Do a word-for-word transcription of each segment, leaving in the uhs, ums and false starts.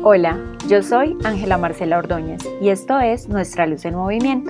Hola, yo soy Ángela Marcela Ordóñez y esto es Nuestra Luz en Movimiento.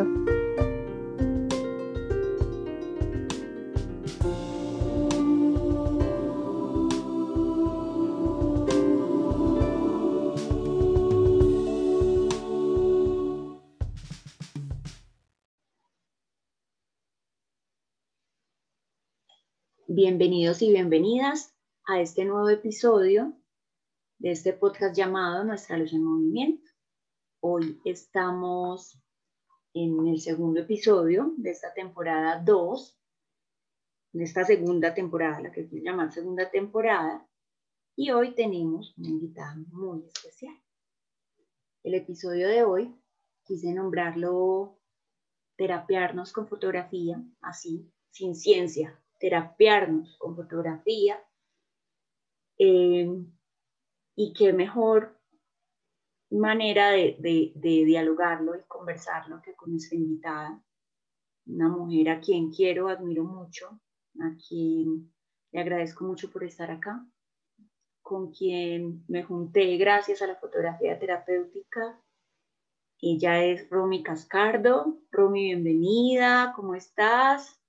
Bienvenidos y bienvenidas a este nuevo episodio de este podcast llamado Nuestra Luz en Movimiento. Hoy estamos en el segundo episodio de esta temporada dos, de esta segunda temporada, la que quiero llamar segunda temporada, y hoy tenemos una invitada muy especial. El episodio de hoy quise nombrarlo Terapiarnos con fotografía, así, sin ciencia, terapiarnos con fotografía. Eh, y qué mejor manera de, de, de dialogarlo y conversarlo que con nuestra invitada, una mujer a quien quiero, admiro mucho, a quien le agradezco mucho por estar acá, con quien me junté gracias a la fotografía terapéutica. Ella es Romy Cascardo. Romy, bienvenida, ¿cómo estás?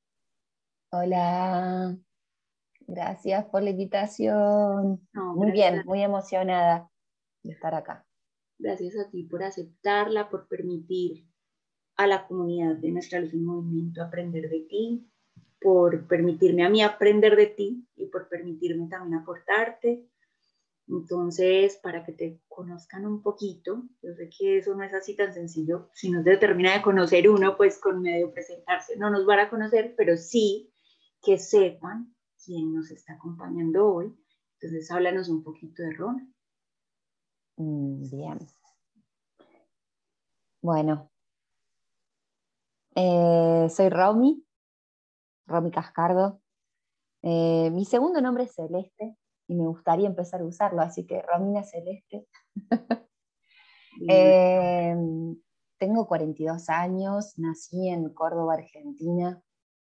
Hola, gracias por la invitación. No, Muy gracias bien, a, muy emocionada de estar acá. gracias a ti por aceptarla, por permitir a la comunidad de Nuestra Luz en Movimiento aprender de ti, por permitirme a mí aprender de ti y por permitirme también aportarte. Entonces, para que te conozcan un poquito, yo sé que eso no es así tan sencillo, si no se termina de conocer uno, pues con medio presentarse no nos van a conocer, pero sí que sepan quién nos está acompañando hoy. Entonces, háblanos un poquito de Ron. Mm, bien. Bueno, eh, soy Romy, Romy Cascardo. Eh, mi segundo nombre es Celeste y me gustaría empezar a usarlo, así que Romina Celeste. Eh, Tengo cuarenta y dos años, nací en Córdoba, Argentina.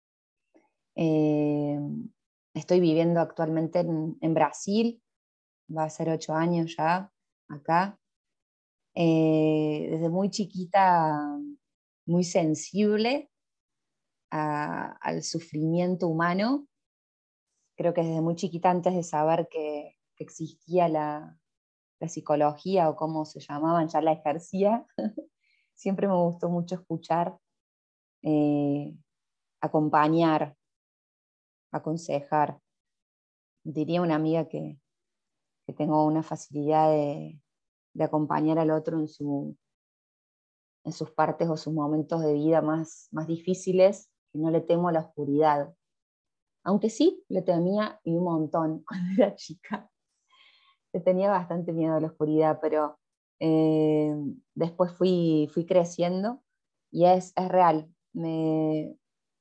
Eh, Estoy viviendo actualmente en, en Brasil, va a ser ocho años ya acá. Eh, desde muy chiquita, muy sensible a, al sufrimiento humano. Creo que desde muy chiquita, antes de saber que, que existía la, la psicología o cómo se llamaban, ya la ejercía. Siempre me gustó mucho escuchar, eh, acompañar, aconsejar. Diría una amiga que, que tengo una facilidad de, de acompañar al otro en, su, en sus partes o sus momentos de vida más, más difíciles, que no le temo a la oscuridad. Aunque sí, le temía y un montón cuando era chica. Le tenía bastante miedo a la oscuridad, pero eh, después fui, fui creciendo y es, es real. Me,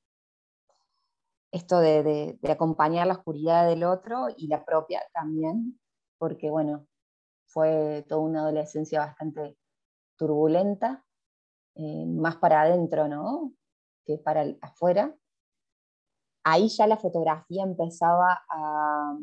esto de, de, de acompañar la oscuridad del otro y la propia también, porque bueno, fue toda una adolescencia bastante turbulenta, eh, más para adentro, ¿no? Que para el, afuera. Ahí ya la fotografía empezaba a,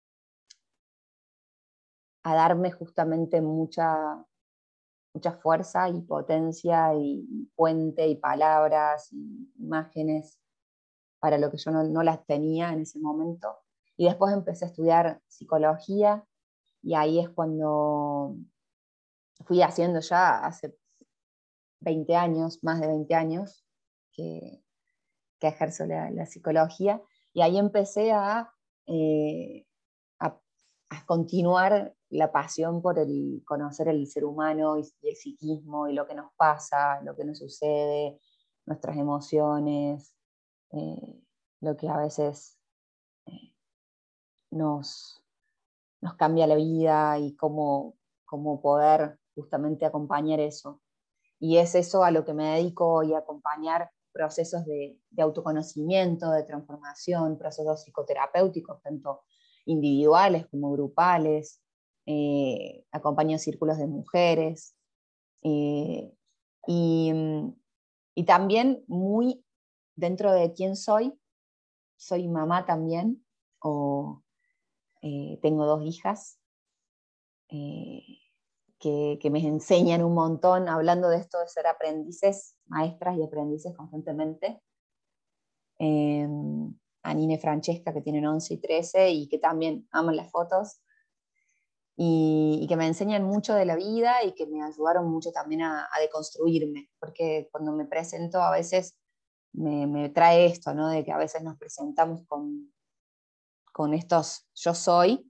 a darme justamente mucha, mucha fuerza y potencia y puente y palabras y imágenes para lo que yo no, no las tenía en ese momento. Y después empecé a estudiar psicología y ahí es cuando fui haciendo ya hace veinte años, más de veinte años, que, que ejerzo la, la psicología, y ahí empecé a, eh, a, a continuar la pasión por el conocer el ser humano y, y el psiquismo y lo que nos pasa, lo que nos sucede, nuestras emociones, eh, lo que a veces eh, nos, nos cambia la vida y cómo, cómo poder justamente acompañar eso. Y es eso a lo que me dedico hoy, a acompañar procesos de, de autoconocimiento, de transformación, procesos psicoterapéuticos, tanto individuales como grupales. Eh, acompaño círculos de mujeres. Eh, y, y también muy dentro de quién soy, soy mamá también, o eh, tengo dos hijas. Eh, que, que me enseñan un montón, hablando de esto de ser aprendices, maestras y aprendices constantemente. Eh, a Nina y Francesca, que tienen once y trece y que también aman las fotos, y, y que me enseñan mucho de la vida y que me ayudaron mucho también a, a deconstruirme, porque cuando me presento a veces me, me trae esto, ¿no? De que a veces nos presentamos con, con estos yo soy,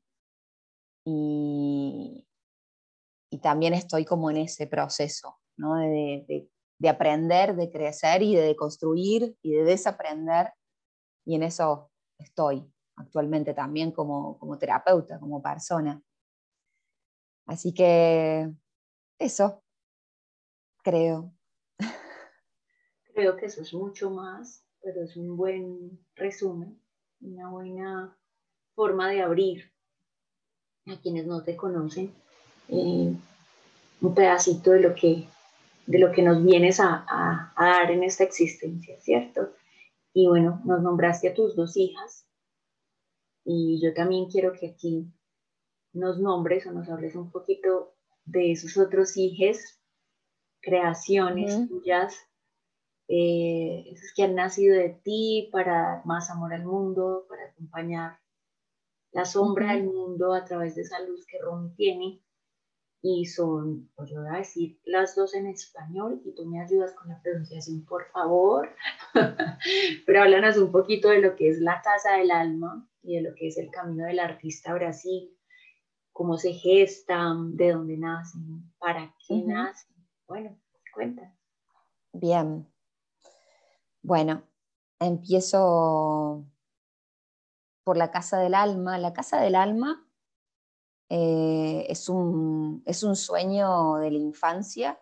y, y también estoy como en ese proceso, ¿no? de, de, de aprender, de crecer y de deconstruir y de desaprender, y en eso estoy actualmente también como, como terapeuta, como persona. Así que eso, creo. Creo que eso es mucho más, pero es un buen resumen, una buena forma de abrir a quienes no te conocen eh, un pedacito de lo que, de lo que nos vienes a, a, a dar en esta existencia, ¿cierto? Y bueno, nos nombraste a tus dos hijas y yo también quiero que aquí nos nombres o nos hables un poquito de esos otros hijes, creaciones Uh-huh. tuyas, eh, esos que han nacido de ti para dar más amor al mundo, para acompañar la sombra Uh-huh. del mundo a través de esa luz que Romy tiene. Y son, pues yo voy a decir las dos en español y tú me ayudas con la pronunciación, por favor. Pero háblanos un poquito de lo que es la Casa del Alma y de lo que es el Camino del Artista Brasil, cómo se gestan, de dónde nacen, para qué Uh-huh. nacen. Bueno, cuenta. Bien. Bueno, empiezo por la Casa del Alma. La Casa del Alma eh, es, un, es un sueño de la infancia,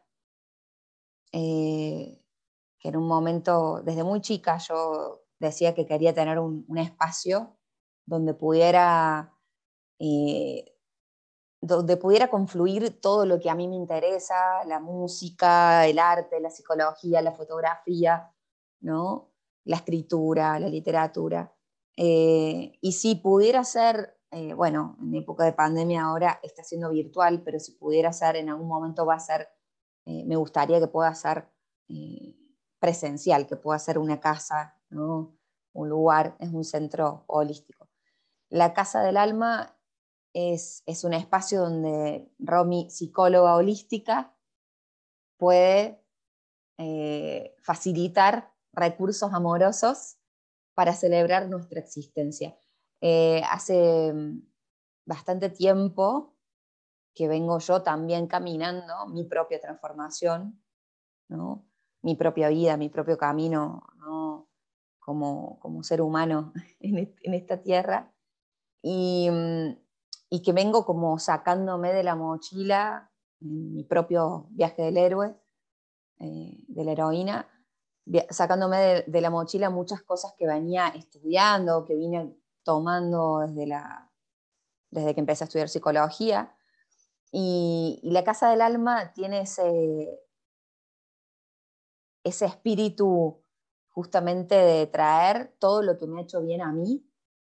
eh, que en un momento, desde muy chica, yo decía que quería tener un, un espacio donde pudiera, eh, donde pudiera confluir todo lo que a mí me interesa, la música, el arte, la psicología, la fotografía, ¿no? La escritura, la literatura. Eh, y si pudiera ser, eh, bueno, en época de pandemia ahora está siendo virtual, pero si pudiera ser, en algún momento va a ser, eh, me gustaría que pueda ser eh, presencial, que pueda ser una casa, ¿no? Un lugar, es un centro holístico. La Casa del Alma es, es un espacio donde Romy, psicóloga holística, puede eh, facilitar recursos amorosos para celebrar nuestra existencia. Eh, hace bastante tiempo que vengo yo también caminando mi propia transformación, ¿no? Mi propia vida, mi propio camino, ¿no? como, como ser humano en, en esta tierra, y, y que vengo como sacándome de la mochila en mi propio viaje del héroe, eh, de la heroína, sacándome de, de la mochila muchas cosas que venía estudiando, que vine tomando desde, la, desde que empecé a estudiar psicología. Y, y la Casa del Alma tiene ese, ese espíritu justamente de traer todo lo que me ha hecho bien a mí,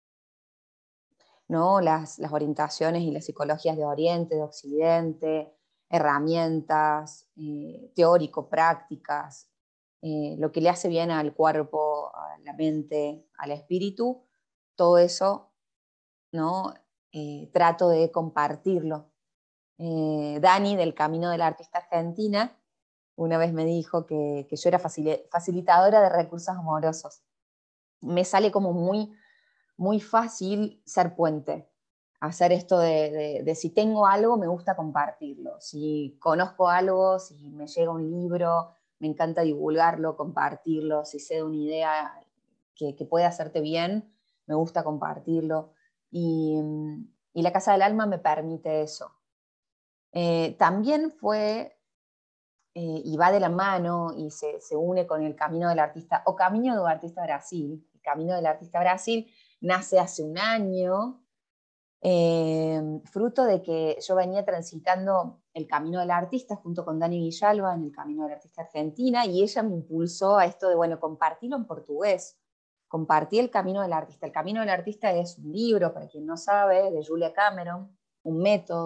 ¿no? Las, las orientaciones y las psicologías de Oriente, de Occidente, herramientas, eh, teórico-prácticas, eh, lo que le hace bien al cuerpo, a la mente, al espíritu, todo eso, ¿no? Eh, trato de compartirlo. Eh, Dani, del Camino del Artista Argentina, una vez me dijo que, que yo era facil, facilitadora de recursos amorosos. Me sale como muy, muy fácil ser puente, hacer esto de, de, de si tengo algo, me gusta compartirlo. Si conozco algo, si me llega un libro, me encanta divulgarlo, compartirlo. Si sé de una idea que, que puede hacerte bien, me gusta compartirlo. Y, y la Casa del Alma me permite eso. Eh, también fue, eh, y va de la mano y se, se une con el Camino del Artista, o Camino del Artista Brasil. El Camino del Artista Brasil nace hace un año, eh, fruto de que yo venía transitando el Camino del Artista junto con Dani Villalba en el Camino del Artista Argentina, y ella me impulsó a esto de, bueno, compartirlo en portugués. Compartí el Camino del Artista. El Camino del Artista es un libro, para quien no sabe, de Julia Cameron, un método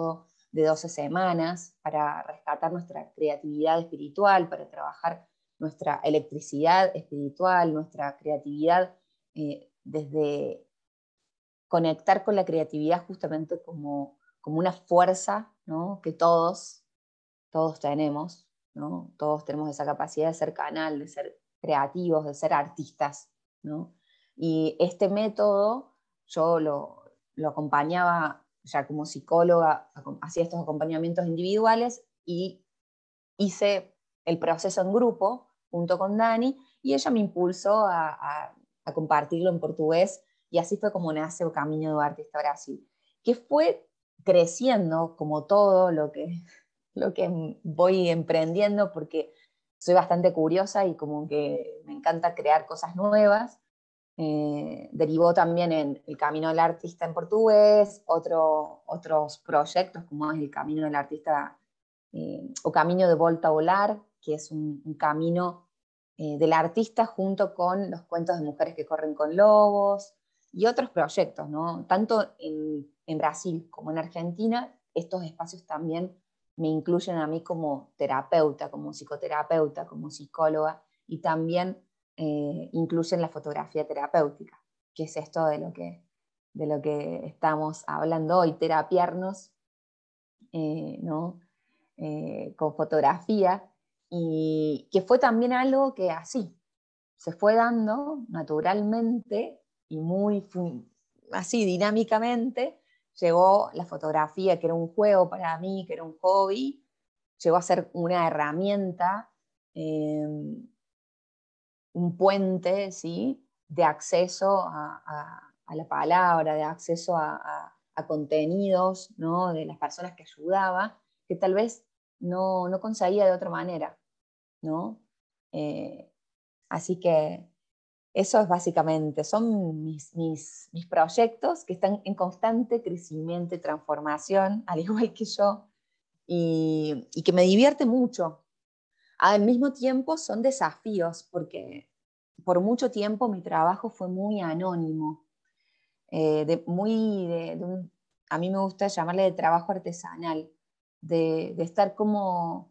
de doce semanas para rescatar nuestra creatividad espiritual, para trabajar nuestra electricidad espiritual, nuestra creatividad eh, desde conectar con la creatividad justamente como, como una fuerza, ¿no? Que todos, todos tenemos, ¿no? Todos tenemos esa capacidad de ser canal, de ser creativos, de ser artistas, ¿no? Y este método yo lo, lo acompañaba ya como psicóloga, hacía estos acompañamientos individuales y hice el proceso en grupo junto con Dani y ella me impulsó a, a, a compartirlo en portugués y así fue como nace el Camino de Artista Brasil, que fue creciendo como todo lo que, lo que voy emprendiendo porque soy bastante curiosa y como que me encanta crear cosas nuevas. Eh, derivó también en el Camino del Artista en portugués, otro, otros proyectos como es el Camino del Artista eh, o Camino de Volta a Volar, que es un, un camino eh, del artista junto con los cuentos de mujeres que corren con lobos y otros proyectos, ¿no? Tanto en, en Brasil como en Argentina, estos espacios también me incluyen a mí como terapeuta, como psicoterapeuta, como psicóloga, y también eh, incluyen la fotografía terapéutica, que es esto de lo que, de lo que estamos hablando hoy, terapiarnos, eh, ¿no? Eh, con fotografía, y que fue también algo que así se fue dando naturalmente y muy así dinámicamente. Llegó la fotografía, que era un juego para mí, que era un hobby, llegó a ser una herramienta, eh, un puente, ¿sí? De acceso a, a, a la palabra, de acceso a, a, a contenidos, ¿no? De las personas que ayudaba, que tal vez no, no conseguía de otra manera, ¿no? Eh, así que eso es básicamente, son mis, mis, mis proyectos que están en constante crecimiento y transformación, al igual que yo, y, y que me divierte mucho. Al mismo tiempo son desafíos, porque por mucho tiempo mi trabajo fue muy anónimo, eh, de, muy de, de un, a mí me gusta llamarle de trabajo artesanal, de, de estar como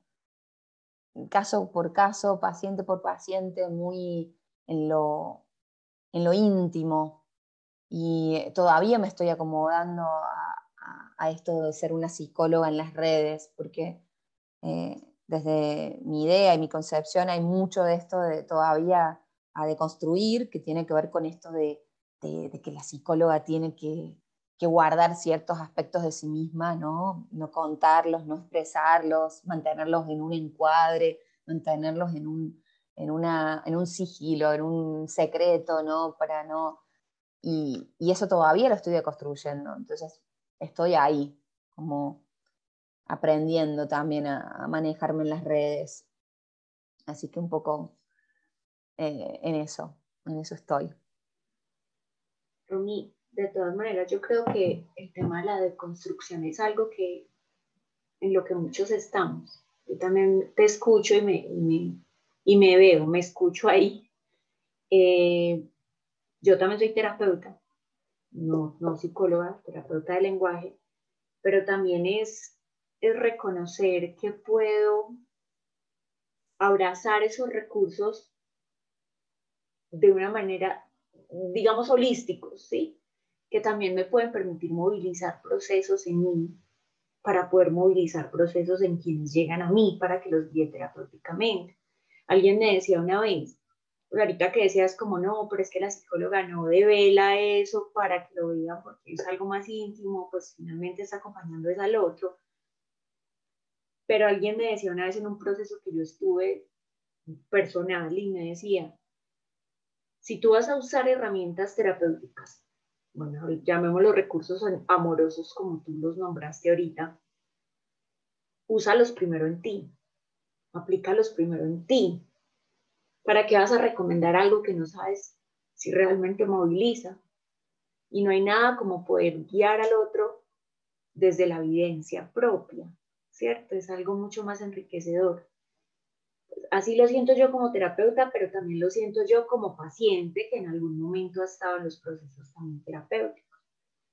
caso por caso, paciente por paciente, muy en lo, en lo íntimo. Y todavía me estoy acomodando a, a, a esto de ser una psicóloga en las redes, porque eh, desde mi idea y mi concepción hay mucho de esto de todavía a deconstruir, que tiene que ver con esto de, de, de que la psicóloga tiene que, que guardar ciertos aspectos de sí misma, ¿no? No contarlos, no expresarlos, mantenerlos en un encuadre, mantenerlos en un, en una, en un sigilo, en un secreto, ¿no? Para no... Y, y eso todavía lo estoy deconstruyendo, entonces estoy ahí, como aprendiendo también a, a manejarme en las redes. Así que un poco eh, en eso, en eso estoy. Romy, de todas maneras, yo creo que el tema de la deconstrucción es algo que en lo que muchos estamos. Yo también te escucho y me, y me, y me veo, me escucho ahí. Eh, yo también soy terapeuta, no, no psicóloga, terapeuta de lenguaje, pero también es, es reconocer que puedo abrazar esos recursos de una manera, digamos, holísticos, ¿sí? Que también me pueden permitir movilizar procesos en mí para poder movilizar procesos en quienes llegan a mí para que los guíe terapéuticamente. Alguien me decía una vez, pues ahorita que decías como no, pero es que la psicóloga no devela eso para que lo vean porque es algo más íntimo, pues finalmente está acompañando es al otro. Pero alguien me decía una vez en un proceso que yo estuve personal y me decía, si tú vas a usar herramientas terapéuticas, bueno, llamémoslos recursos amorosos como tú los nombraste ahorita, úsalos primero en ti, aplícalos primero en ti. ¿Para qué vas a recomendar algo que no sabes si realmente moviliza? Y no hay nada como poder guiar al otro desde la evidencia propia, ¿cierto? Es algo mucho más enriquecedor. Así lo siento yo como terapeuta, pero también lo siento yo como paciente que en algún momento ha estado en los procesos también terapéuticos.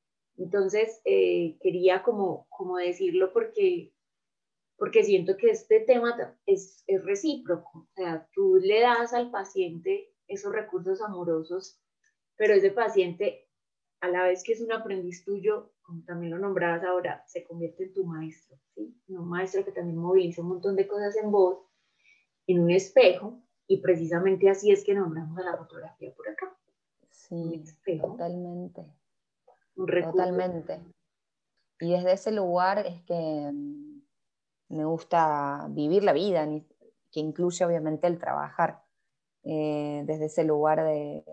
Entonces, eh, quería como, como decirlo porque, porque siento que este tema es, es recíproco. O sea, tú le das al paciente esos recursos amorosos, pero ese paciente, a la vez que es un aprendiz tuyo, como también lo nombrabas ahora, se convierte en tu maestro, ¿sí? Un maestro que también moviliza un montón de cosas en vos, en un espejo, y precisamente así es que nombramos a la fotografía por acá. Un Sí, espejo, totalmente, un recurso. totalmente. Y desde ese lugar es que mm, me gusta vivir la vida, que incluye obviamente el trabajar, eh, desde ese lugar de,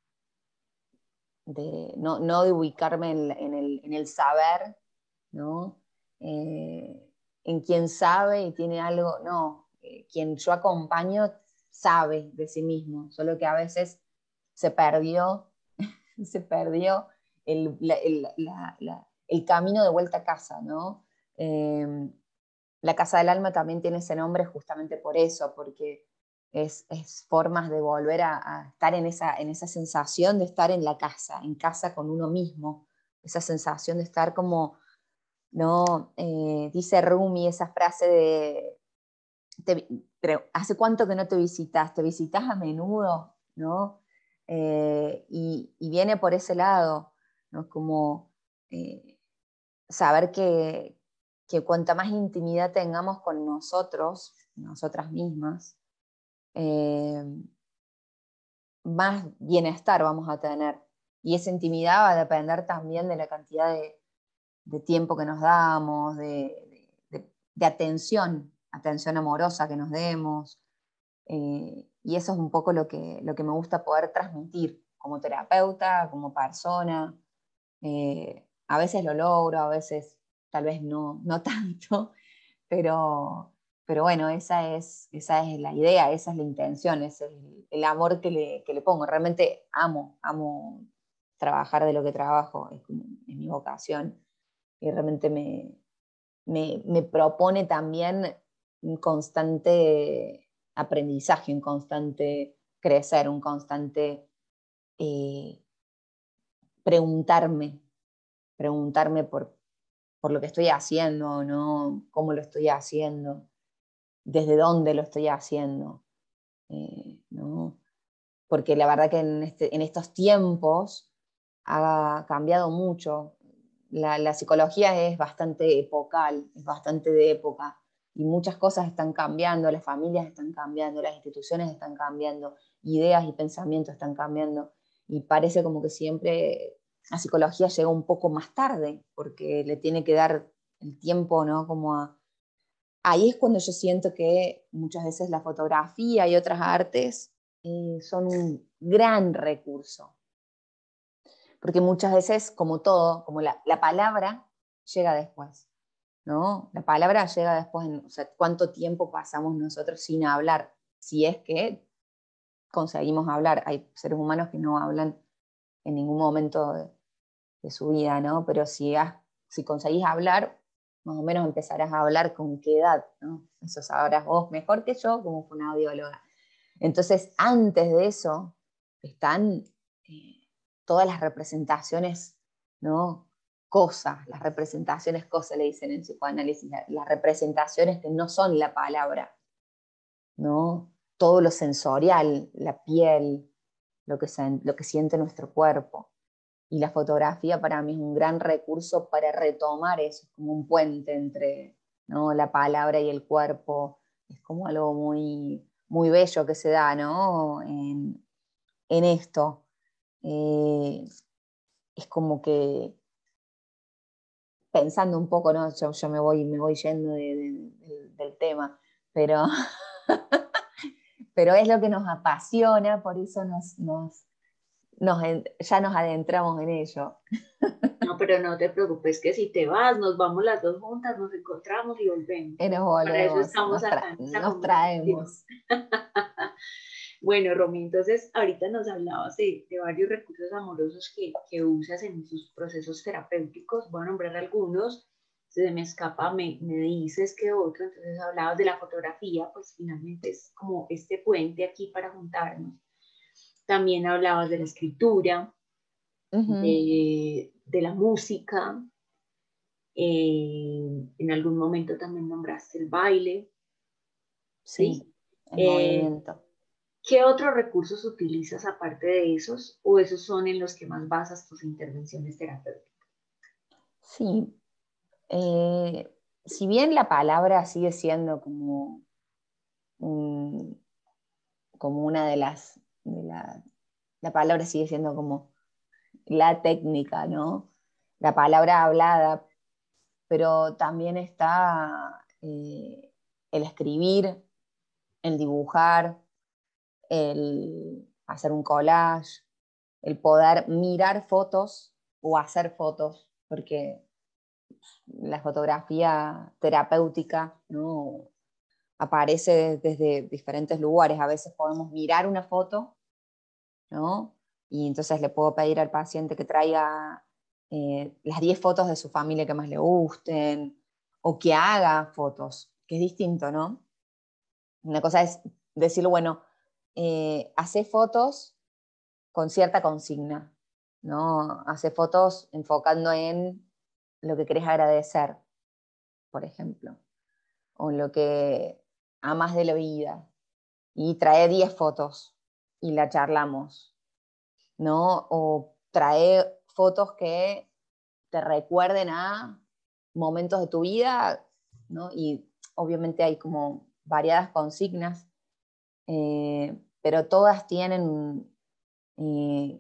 de no, no de ubicarme en, en, el, en el saber, ¿no? Eh, en quien sabe y tiene algo, no, eh, quien yo acompaño sabe de sí mismo, solo que a veces se perdió, se perdió el, la, el, la, la, el camino de vuelta a casa, ¿no? Eh, la Casa del Alma también tiene ese nombre justamente por eso, porque es, es formas de volver a, a estar en esa, en esa sensación de estar en la casa, en casa con uno mismo, esa sensación de estar como, ¿no? Eh, dice Rumi esa frase de, te, pero, ¿hace cuánto que no te visitas? ¿Te visitas a menudo? ¿No? Eh, y, y viene por ese lado, ¿no? Como eh, saber que, que cuanta más intimidad tengamos con nosotros, nosotras mismas, eh, más bienestar vamos a tener. Y esa intimidad va a depender también de la cantidad de, de tiempo que nos damos, de, de, de atención, atención amorosa que nos demos. Eh, y eso es un poco lo que, lo que me gusta poder transmitir como terapeuta, como persona. Eh, a veces lo logro, a veces tal vez no, no tanto, pero, pero bueno, esa es, esa es la idea, esa es la intención, ese es el, el amor que le, que le pongo. Realmente amo, amo trabajar de lo que trabajo, es, como, es mi vocación y realmente me, me, me propone también un constante aprendizaje, un constante crecer, un constante eh, preguntarme, preguntarme por, por lo que estoy haciendo, ¿no? Cómo lo estoy haciendo, desde dónde lo estoy haciendo, eh, ¿no? Porque la verdad que en, este, en estos tiempos ha cambiado mucho. La, la psicología es bastante epocal, es bastante de época, y muchas cosas están cambiando, las familias están cambiando, las instituciones están cambiando, ideas y pensamientos están cambiando, y parece como que siempre la psicología llega un poco más tarde, porque le tiene que dar el tiempo, ¿no? Como a... Ahí es cuando yo siento que muchas veces la fotografía y otras artes eh, son un gran recurso, porque muchas veces, como todo, como la, la palabra llega después, ¿no? La palabra llega después, en, o sea, cuánto tiempo pasamos nosotros sin hablar, si es que conseguimos hablar. Hay seres humanos que no hablan en ningún momento de, de su vida, ¿no? Pero si, has, si conseguís hablar, más o menos empezarás a hablar con qué edad, ¿no? Eso sabrás vos mejor que yo como fonoaudióloga. Entonces, antes de eso, están eh, todas las representaciones, ¿no? Cosas, las representaciones cosas le dicen en psicoanálisis, las representaciones que no son la palabra, ¿no? Todo lo sensorial, la piel, lo que, se, lo que siente nuestro cuerpo. Y la fotografía para mí es un gran recurso para retomar eso, es como un puente entre, ¿no? La palabra y el cuerpo, es como algo muy, muy bello que se da, ¿no? en, en esto. Eh, es como que pensando un poco, ¿no? Yo, yo me, voy, me voy yendo de, de, de, del tema, pero, pero es lo que nos apasiona, por eso nos, nos, nos, ya nos adentramos en ello. No, pero no te preocupes que si te vas, nos vamos las dos juntas, nos encontramos y volvemos. Y nos Para eso volvemos, estamos nos, acá tra en esta nos conversación. traemos. Bueno, Romy, entonces ahorita nos hablabas de, de varios recursos amorosos que, que usas en tus procesos terapéuticos. Voy a nombrar algunos. Si se me escapa, me, me dices que otro. Entonces hablabas de la fotografía, pues finalmente es como este puente aquí para juntarnos. También hablabas de la escritura, Ujú. de, de la música. Eh, en algún momento también nombraste el baile, Sí, ¿sí? el Eh, movimiento. ¿Qué otros recursos utilizas aparte de esos o esos son en los que más basas tus intervenciones terapéuticas? Sí, eh, si bien la palabra sigue siendo como, un- como una de las, de la, la palabra sigue siendo como la técnica, ¿no? La palabra hablada, pero también está eh, el escribir, el dibujar, el hacer un collage, el poder mirar fotos o hacer fotos, porque la fotografía terapéutica, ¿no? Aparece desde diferentes lugares. A veces podemos mirar una foto, ¿no? Y entonces le puedo pedir al paciente que traiga eh, las diez fotos de su familia que más le gusten, o que haga fotos, que es distinto, ¿no? Una cosa es decirle, bueno, eh, hace fotos con cierta consigna, ¿no? Hace fotos enfocando en lo que querés agradecer, por ejemplo, o lo que amas de la vida, y trae diez fotos y la charlamos, ¿no? O trae fotos que te recuerden a momentos de tu vida, ¿no? Y obviamente hay como variadas consignas, eh, pero todas tienen eh,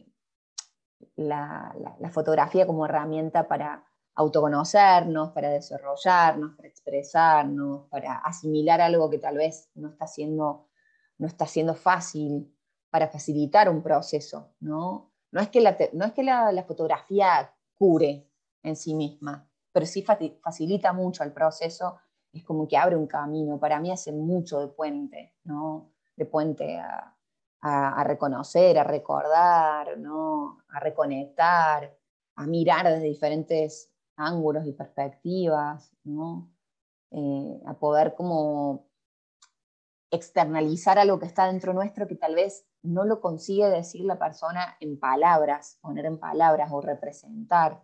la, la, la fotografía como herramienta para autoconocernos, para desarrollarnos, para expresarnos, para asimilar algo que tal vez no está siendo, no está siendo fácil, para facilitar un proceso, ¿no? No es que la, no es que la, la fotografía cure en sí misma, pero sí facilita mucho el proceso, es como que abre un camino. Para mí hace mucho de puente, ¿no? De puente a, a, a reconocer, a recordar, ¿no? A reconectar, a mirar desde diferentes ángulos y perspectivas, ¿no? Eh, a poder como externalizar algo que está dentro nuestro que tal vez no lo consigue decir la persona en palabras, poner en palabras o representar.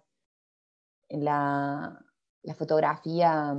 La, la fotografía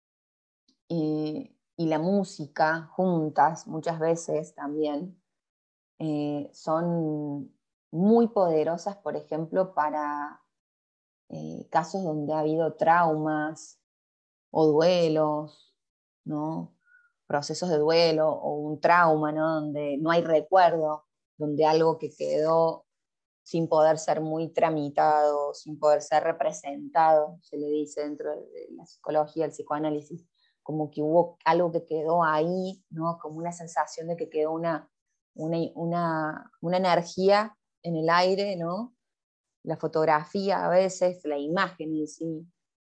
y, y la música juntas muchas veces también eh, son muy poderosas, por ejemplo, para eh, casos donde ha habido traumas o duelos, ¿no? Procesos de duelo o un trauma, ¿no? Donde no hay recuerdo, donde algo que quedó sin poder ser muy tramitado, sin poder ser representado, se le dice dentro de la psicología, el psicoanálisis, como que hubo algo que quedó ahí, ¿no? Como una sensación de que quedó una, una, una, una energía en el aire, ¿no? La fotografía a veces, la imagen en sí,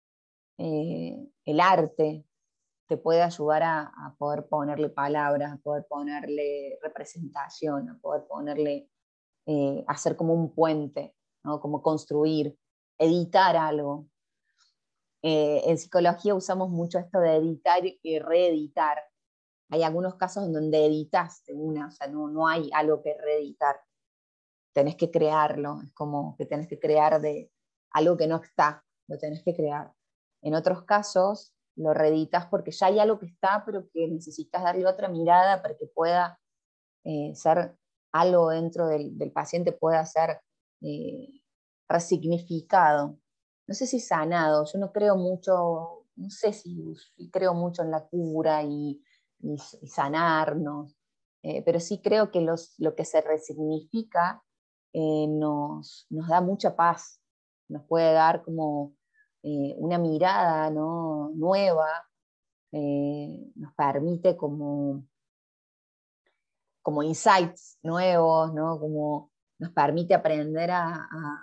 eh, el arte, te puede ayudar a, a, poder ponerle palabras, a poder ponerle representación, a poder ponerle, eh, hacer como un puente, ¿no? Como construir, editar algo. Eh, en psicología usamos mucho esto de editar y reeditar. Hay algunos casos en donde editaste una, o sea, no, no hay algo que reeditar. Tenés que crearlo, es como que tenés que crear de algo que no está, lo tenés que crear. En otros casos lo reeditas porque ya hay algo que está, pero que necesitas darle otra mirada para que pueda eh, ser algo dentro del, del paciente, pueda ser eh, resignificado. No sé si sanado, yo no creo mucho, no sé si, si creo mucho en la cura y, y, y sanarnos, eh, pero sí creo que los, lo que se resignifica eh, nos, nos da mucha paz, nos puede dar como eh, una mirada, ¿no? Nueva, eh, nos permite como, como insights nuevos, ¿no? Como nos permite aprender a, a,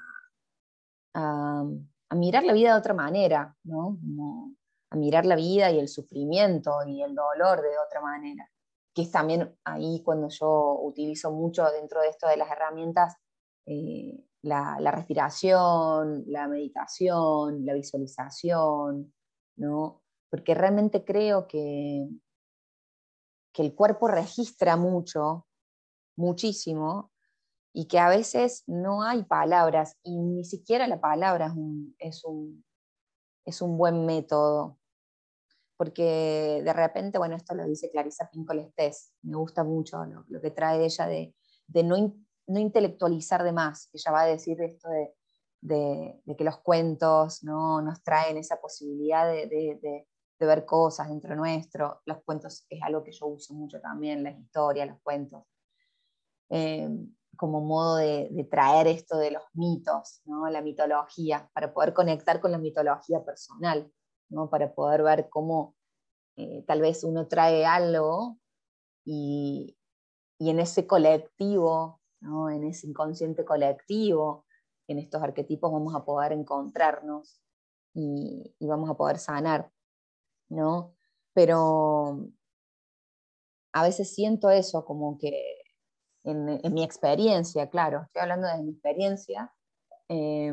a, a mirar la vida de otra manera, ¿no? Como a mirar la vida y el sufrimiento y el dolor de otra manera, que es también ahí cuando yo utilizo mucho dentro de esto de las herramientas eh, la, la respiración, la meditación, la visualización, ¿no? Porque realmente creo que, que el cuerpo registra mucho, muchísimo, y que a veces no hay palabras, y ni siquiera la palabra es un, es un, es un buen método, porque de repente, bueno, esto lo dice Clarissa Pinkola Estés, me gusta mucho lo, lo que trae ella de, de no, in, no intelectualizar de más. Ella va a decir esto de, de, de que los cuentos, ¿no?, nos traen esa posibilidad de, de, de, de ver cosas dentro nuestro. Los cuentos es algo que yo uso mucho también, las historias, los cuentos, eh, como modo de, de traer esto de los mitos, ¿no?, la mitología, para poder conectar con la mitología personal, ¿no?, para poder ver cómo eh, tal vez uno trae algo y, y en ese colectivo, ¿no?, en ese inconsciente colectivo, en estos arquetipos vamos a poder encontrarnos y, y vamos a poder sanar, ¿no? Pero a veces siento eso, como que en, en mi experiencia, claro, estoy hablando de mi experiencia, eh,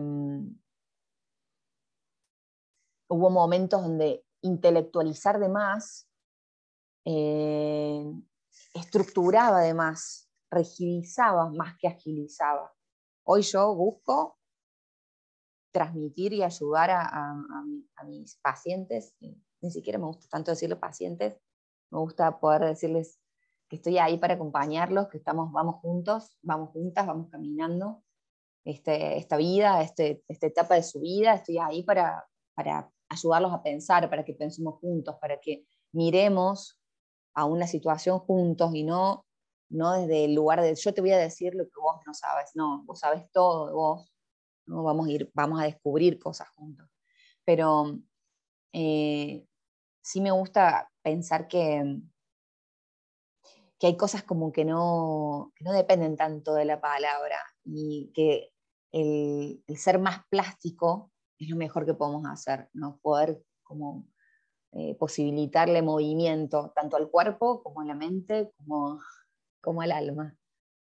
hubo momentos donde intelectualizar de más, eh, estructuraba de más, rigidizaba más que agilizaba. Hoy yo busco transmitir y ayudar a, a, a, a mis pacientes, ni siquiera me gusta tanto decirle pacientes, me gusta poder decirles que estoy ahí para acompañarlos, que estamos, vamos juntos, vamos juntas, vamos caminando este, esta vida, este, esta etapa de su vida, estoy ahí para, para ayudarlos a pensar, para que pensemos juntos, para que miremos a una situación juntos y no, no desde el lugar de yo te voy a decir lo que vos no sabes, no, vos sabes todo de vos, ¿no? Vamos a ir, vamos a descubrir cosas juntos. Pero eh, sí me gusta pensar que, que hay cosas como que no, que no dependen tanto de la palabra y que el, el ser más plástico es lo mejor que podemos hacer, ¿no? Poder como eh, posibilitarle movimiento tanto al cuerpo como a la mente como, como al alma.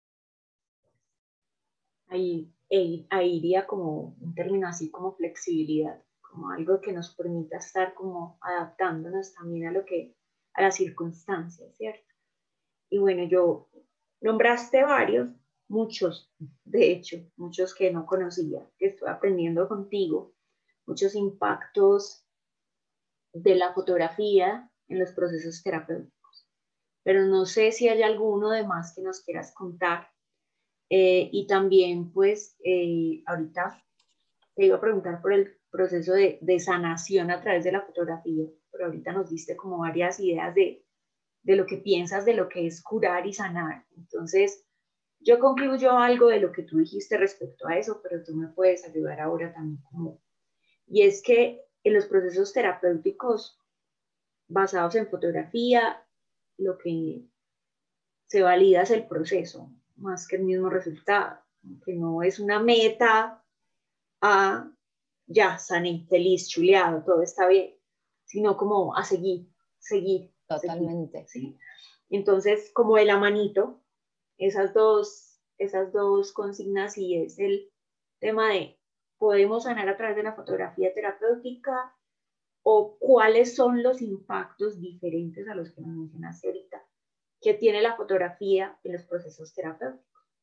Ahí, ahí iría como un término así como flexibilidad, como algo que nos permita estar como adaptándonos también a lo que, a las circunstancias, ¿cierto? Y bueno, yo nombraste varios, muchos, de hecho, muchos que no conocía, que estoy aprendiendo contigo, muchos impactos de la fotografía en los procesos terapéuticos. Pero no sé si hay alguno de más que nos quieras contar. Eh, y también, pues, eh, ahorita te iba a preguntar por el proceso de, de sanación a través de la fotografía, pero ahorita nos diste como varias ideas de, de lo que piensas de lo que es curar y sanar. Entonces, yo concluyo algo de lo que tú dijiste respecto a eso, pero tú me puedes ayudar ahora también como... Y es que en los procesos terapéuticos basados en fotografía, lo que se valida es el proceso, más que el mismo resultado, que no es una meta a ya, sané, feliz, chuleado, todo está bien, sino como a seguir, seguir, seguir, Totalmente. ¿sí? Entonces, como de la manito, esas dos, esas dos consignas y es el tema de, ¿podemos sanar a través de la fotografía terapéutica? ¿O cuáles son los impactos diferentes a los que nos mencionaste ahorita que tiene la fotografía en los procesos terapéuticos?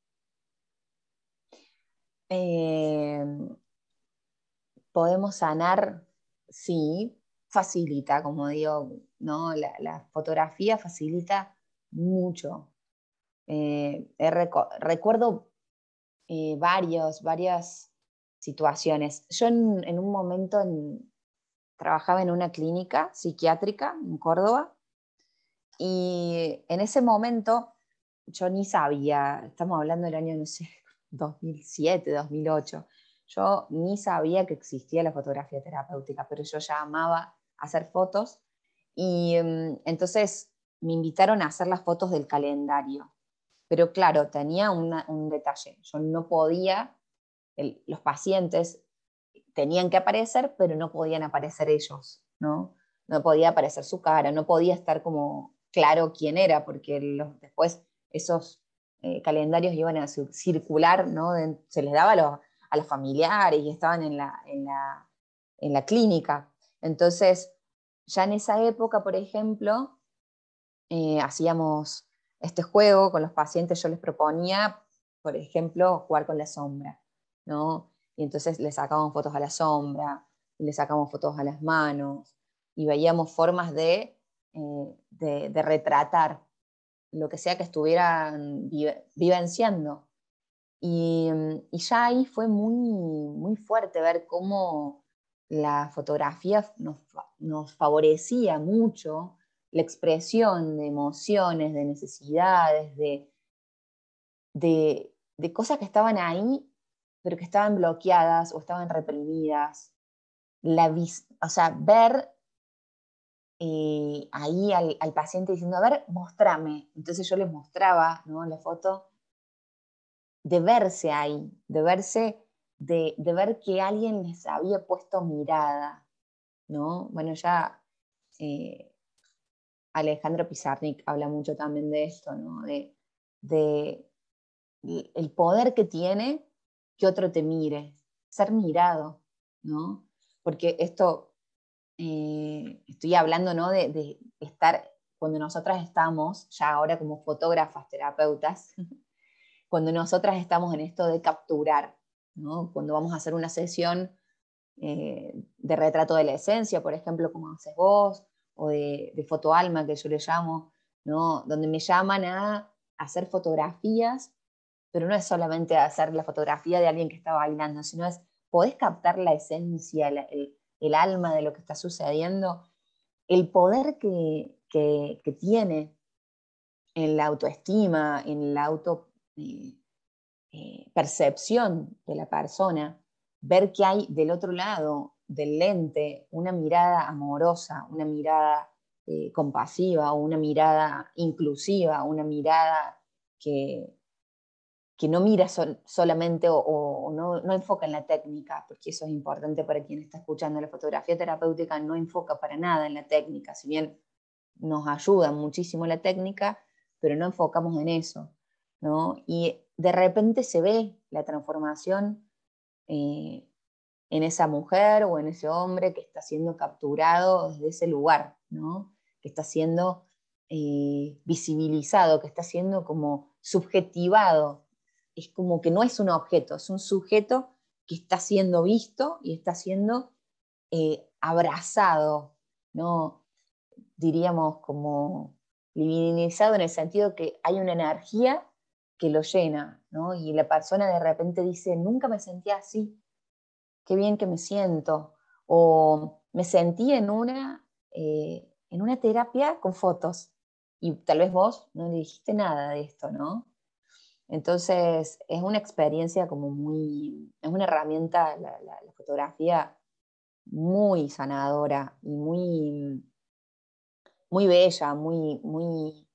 Eh, podemos sanar, sí, facilita, como digo, ¿no? La, la fotografía facilita mucho. Eh, recu recuerdo eh, varios, varias situaciones. Yo en, en un momento en, trabajaba en una clínica psiquiátrica en Córdoba y en ese momento yo ni sabía, estamos hablando del año, no sé, dos mil siete, dos mil ocho, yo ni sabía que existía la fotografía terapéutica, pero yo ya amaba hacer fotos y um, entonces me invitaron a hacer las fotos del calendario. Pero claro, tenía una, un detalle, yo no podía, el, los pacientes tenían que aparecer, pero no podían aparecer ellos, ¿no? No podía aparecer su cara, no podía estar como claro quién era, porque los, después esos eh, calendarios iban a circular, ¿no? De, se les daba a los, a los familiares y estaban en la, en, la, en la clínica. Entonces, ya en esa época, por ejemplo, eh, hacíamos este juego con los pacientes, yo les proponía por ejemplo, jugar con la sombra, ¿no? Y entonces le sacábamos fotos a la sombra, y le sacábamos fotos a las manos, y veíamos formas de, eh, de, de retratar lo que sea que estuvieran vive, vivenciando. Y, y ya ahí fue muy, muy fuerte ver cómo la fotografía nos, nos favorecía mucho la expresión de emociones, de necesidades, de, de, de cosas que estaban ahí, pero que estaban bloqueadas o estaban reprimidas. La vis, o sea, ver eh, ahí al, al paciente diciendo, a ver, mostrame. Entonces yo les mostraba, ¿no?, la foto, de verse ahí, de verse, de, de ver que alguien les había puesto mirada, ¿no? Bueno, ya eh, Alejandro Pizarnik habla mucho también de esto, ¿no? De, de el poder que tiene que otro te mire, ser mirado, ¿no? Porque esto, eh, estoy hablando, ¿no?, de, de estar, cuando nosotras estamos, ya ahora como fotógrafas, terapeutas, cuando nosotras estamos en esto de capturar, ¿no? Cuando vamos a hacer una sesión eh, de retrato de la esencia, por ejemplo, como haces vos, o de, de fotoalma, que yo le llamo, ¿no?, donde me llaman a hacer fotografías, pero no es solamente hacer la fotografía de alguien que está bailando, sino es, podés captar la esencia, el, el, el alma de lo que está sucediendo, el poder que, que, que tiene en la autoestima, en la auto... Eh, Eh, percepción de la persona, ver que hay del otro lado del lente una mirada amorosa, una mirada eh, compasiva, una mirada inclusiva, una mirada que, que no mira sol, solamente o, o no, no enfoca en la técnica, porque eso es importante para quien está escuchando. La fotografía terapéutica no enfoca para nada en la técnica, si bien nos ayuda muchísimo la técnica, pero no enfocamos en eso, ¿no? Y de repente se ve la transformación eh, en esa mujer o en ese hombre que está siendo capturado desde ese lugar, ¿no? Que está siendo eh, visibilizado, que está siendo como subjetivado. Es como que no es un objeto, es un sujeto que está siendo visto y está siendo eh, abrazado, ¿no? Diríamos como divinizado en el sentido que hay una energía que lo llena, ¿no? Y la persona de repente dice, nunca me sentía así, qué bien que me siento, o me sentí en una, eh, en una terapia con fotos, y tal vez vos no le dijiste nada de esto, ¿no? Entonces es una experiencia como muy, es una herramienta, la, la, la fotografía, muy sanadora y muy, muy bella, muy, muy,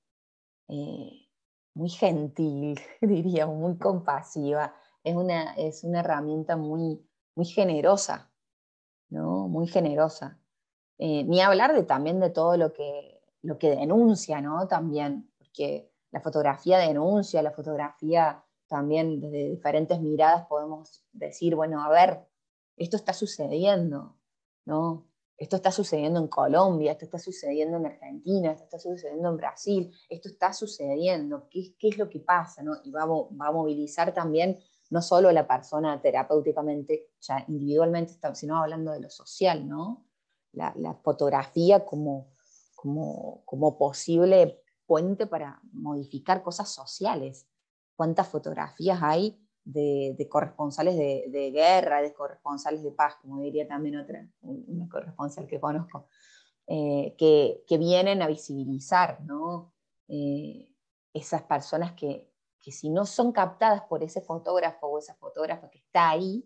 eh, muy gentil, diría, muy compasiva. Es una, es una herramienta muy, muy generosa, ¿no? Muy generosa. Eh, ni hablar de, también de todo lo que, lo que denuncia, ¿no? También, porque la fotografía denuncia, la fotografía también desde diferentes miradas podemos decir, bueno, a ver, esto está sucediendo, ¿no? Esto está sucediendo en Colombia, esto está sucediendo en Argentina, esto está sucediendo en Brasil, esto está sucediendo, ¿qué, qué es lo que pasa, ¿no? Y va a, va a movilizar también no solo a la persona terapéuticamente, ya individualmente, sino hablando de lo social, ¿no? La, la fotografía como, como, como posible puente para modificar cosas sociales. ¿Cuántas fotografías hay de, de corresponsales de, de guerra, de corresponsales de paz, como diría también otra, una corresponsal que conozco, eh, que, que vienen a visibilizar, ¿no? Eh, esas personas que, que si no son captadas por ese fotógrafo o esa fotógrafa que está ahí,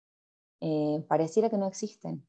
eh, pareciera que no existen,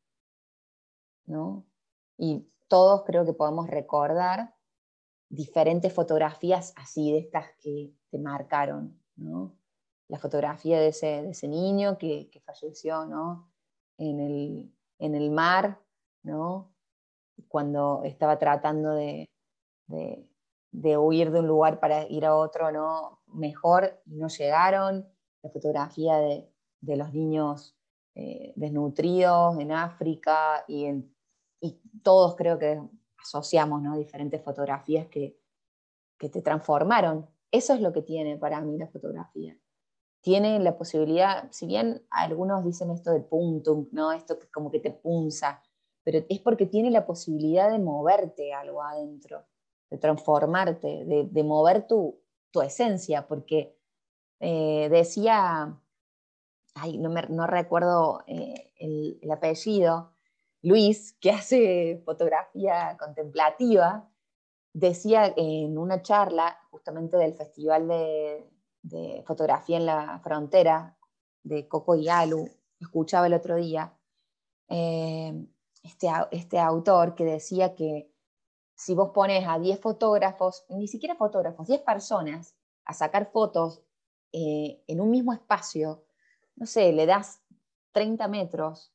¿no? Y todos creo que podemos recordar diferentes fotografías así, de estas que te marcaron, ¿no? La fotografía de ese, de ese niño que, que falleció, ¿no? En el, en el mar, ¿no? Cuando estaba tratando de, de, de huir de un lugar para ir a otro, ¿no? Mejor, y no llegaron. La fotografía de, de los niños eh, desnutridos en África, y, en, y todos creo que asociamos, ¿no? Diferentes fotografías que, que te transformaron. Eso es lo que tiene para mí la fotografía. tiene la posibilidad, si bien algunos dicen esto de puntum, ¿no? Esto que como que te punza, pero es porque tiene la posibilidad de moverte algo adentro, de transformarte, de, de mover tu, tu esencia, porque eh, decía, ay, no, me, no recuerdo eh, el, el apellido, Luis, que hace fotografía contemplativa, decía en una charla justamente del Festival de, de Fotografía en la Frontera de Coco y Alu, escuchaba el otro día, eh, este, este autor que decía que si vos pones a diez fotógrafos, ni siquiera fotógrafos, diez personas a sacar fotos eh, en un mismo espacio, no sé, le das treinta metros,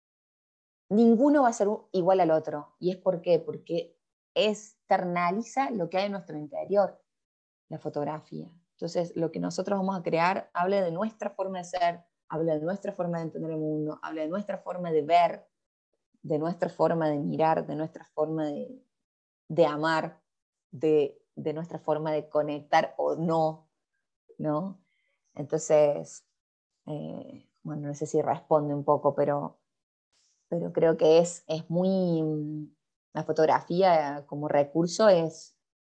ninguno va a ser igual al otro. ¿Y es por qué? Porque externaliza lo que hay en nuestro interior, la fotografía. Entonces, lo que nosotros vamos a crear habla de nuestra forma de ser, habla de nuestra forma de entender el mundo, habla de nuestra forma de ver, de nuestra forma de mirar, de nuestra forma de, de amar, de, de nuestra forma de conectar o no, ¿no? Entonces, eh, bueno, no sé si responde un poco, pero, pero creo que es, es muy, la fotografía como recurso es,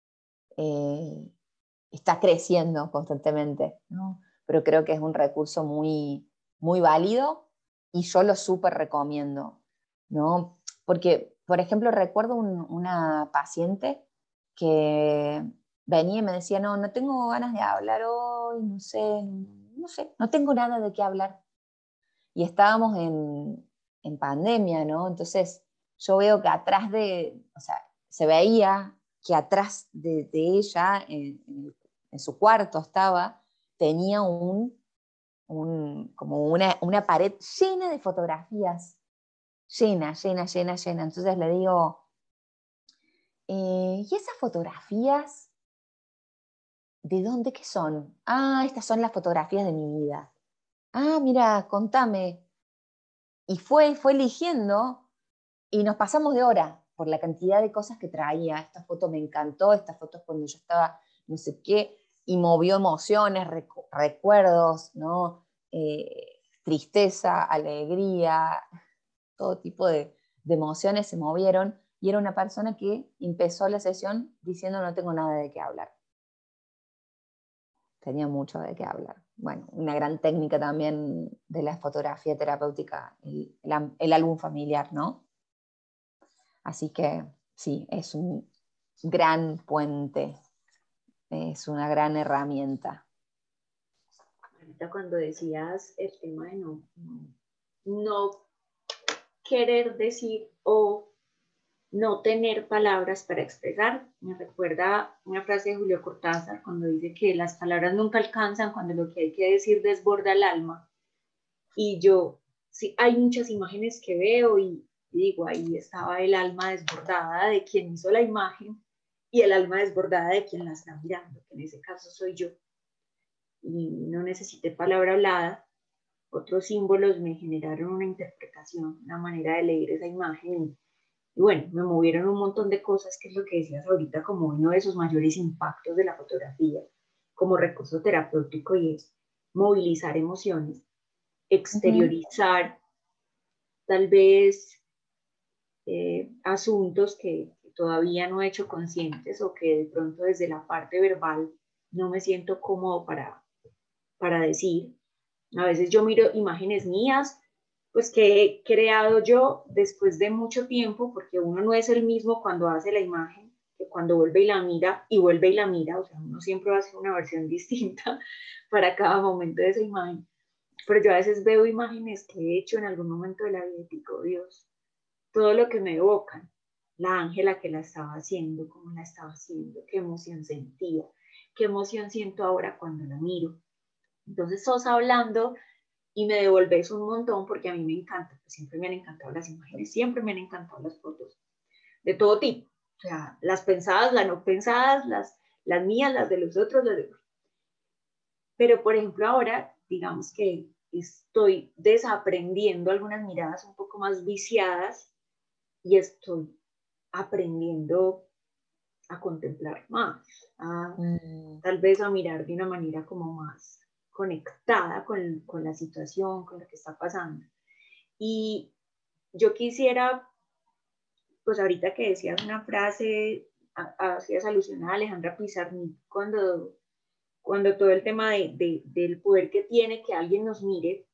eh, está creciendo constantemente, ¿no? Pero creo que es un recurso muy, muy válido y yo lo súper recomiendo, ¿no? Porque, por ejemplo, recuerdo un, una paciente que venía y me decía, no, no tengo ganas de hablar hoy, no sé, no sé, no tengo nada de qué hablar. Y estábamos en, en pandemia, ¿no? Entonces yo veo que atrás de, o sea, se veía que atrás de, de ella, en, en, en su cuarto estaba, tenía un, un, como una, una pared llena de fotografías, llena, llena, llena, llena. Entonces le digo, eh, ¿y esas fotografías de dónde qué son? Ah, estas son las fotografías de mi vida. Ah, mira, contame. Y fue, fue eligiendo y nos pasamos de hora por la cantidad de cosas que traía. Esta foto me encantó, esta foto es cuando yo estaba no sé qué, y movió emociones, recu recuerdos, ¿no? Eh, tristeza, alegría, todo tipo de, de emociones se movieron. Y era una persona que empezó la sesión diciendo no tengo nada de qué hablar. Tenía mucho de qué hablar. Bueno, una gran técnica también de la fotografía terapéutica, el, el, el álbum familiar, ¿no? Así que sí, es un gran puente, es una gran herramienta. Ahorita cuando decías el tema de no, no querer decir o no tener palabras para expresar, me recuerda una frase de Julio Cortázar cuando dice que las palabras nunca alcanzan cuando lo que hay que decir desborda el alma. Y yo, sí, hay muchas imágenes que veo y, y digo, ahí estaba el alma desbordada de quien hizo la imagen y el alma desbordada de quien la está mirando, que en ese caso soy yo. Y no necesité palabra hablada, otros símbolos me generaron una interpretación, una manera de leer esa imagen. Y bueno, me movieron un montón de cosas, que es lo que decías ahorita, como uno de esos mayores impactos de la fotografía como recurso terapéutico, y es movilizar emociones, exteriorizar tal vez eh, asuntos que, que todavía no he hecho conscientes o que de pronto desde la parte verbal no me siento cómodo para, para decir. A veces yo miro imágenes mías, pues que he creado yo después de mucho tiempo, porque uno no es el mismo cuando hace la imagen que cuando vuelve y la mira y vuelve y la mira, o sea, uno siempre hace una versión distinta para cada momento de esa imagen. Pero yo a veces veo imágenes que he hecho en algún momento de la vida y digo, Dios, todo lo que me evocan, la Ángela que la estaba haciendo, cómo la estaba haciendo, qué emoción sentía, qué emoción siento ahora cuando la miro. Entonces sos hablando y me devolves un montón porque a mí me encanta, pues siempre me han encantado las imágenes, siempre me han encantado las fotos de todo tipo, o sea, las pensadas, las no pensadas, las, las mías, las de los otros, las de... Pero por ejemplo ahora, digamos que estoy desaprendiendo algunas miradas un poco más viciadas y estoy aprendiendo a contemplar más, a, Mm. tal vez a mirar de una manera como más conectada con, con la situación, con lo que está pasando. Y yo quisiera, pues ahorita que decías una frase, hacías alusión a Alejandra Pizarnik cuando, cuando todo el tema de, de, del poder que tiene que alguien nos mire.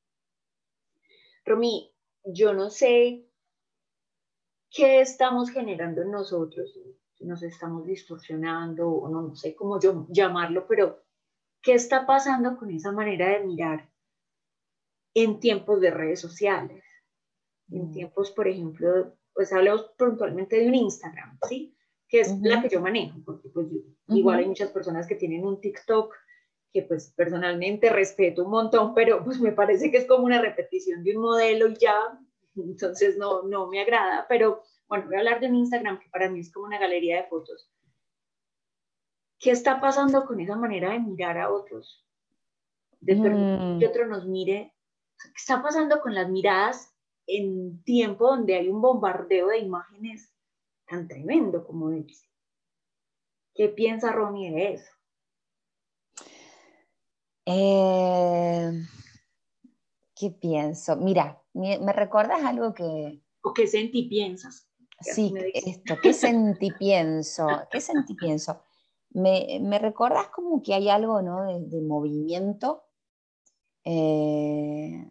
Romy, yo no sé qué estamos generando en nosotros, si nos estamos distorsionando o no, no sé cómo yo llamarlo, pero ¿qué está pasando con esa manera de mirar en tiempos de redes sociales? En tiempos, por ejemplo, pues hablamos puntualmente de un Instagram, ¿sí? Que es uh-huh. la que yo manejo, porque pues yo, uh-huh. igual hay muchas personas que tienen un TikTok que pues personalmente respeto un montón, pero pues me parece que es como una repetición de un modelo y ya, entonces no, no me agrada, pero bueno, voy a hablar de un Instagram que para mí es como una galería de fotos. ¿Qué está pasando con esa manera de mirar a otros? De permitir mm. que otro nos mire. ¿Qué está pasando con las miradas en tiempo donde hay un bombardeo de imágenes tan tremendo como dice? ¿Qué piensa Romy de eso? Eh, ¿Qué pienso? Mira, me, me recuerdas algo que... ¿O qué sentí piensas? Sí, esto, ¿qué sentí pienso? ¿Qué sentí pienso? Me, me recordás como que hay algo, ¿no? de, de movimiento, eh,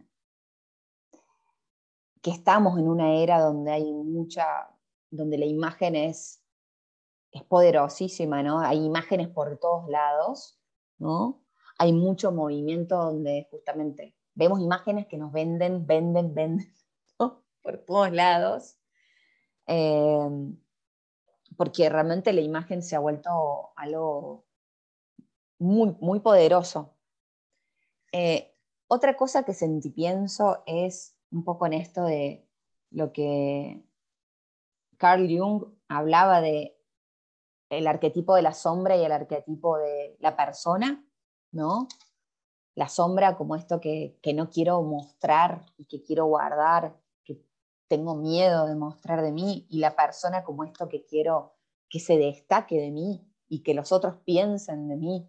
que estamos en una era donde hay mucha, donde la imagen es, es poderosísima, ¿no? Hay imágenes por todos lados, ¿no? Hay mucho movimiento donde justamente vemos imágenes que nos venden, venden, venden, ¿no? Por todos lados. Eh, porque realmente la imagen se ha vuelto algo muy, muy poderoso. Eh, otra cosa que sentí pienso es un poco en esto de lo que Carl Jung hablaba de el arquetipo de la sombra y el arquetipo de la persona, ¿no? La sombra como esto que, que no quiero mostrar y que quiero guardar, que tengo miedo de mostrar de mí, y la persona como esto que quiero que se destaque de mí y que los otros piensen de mí.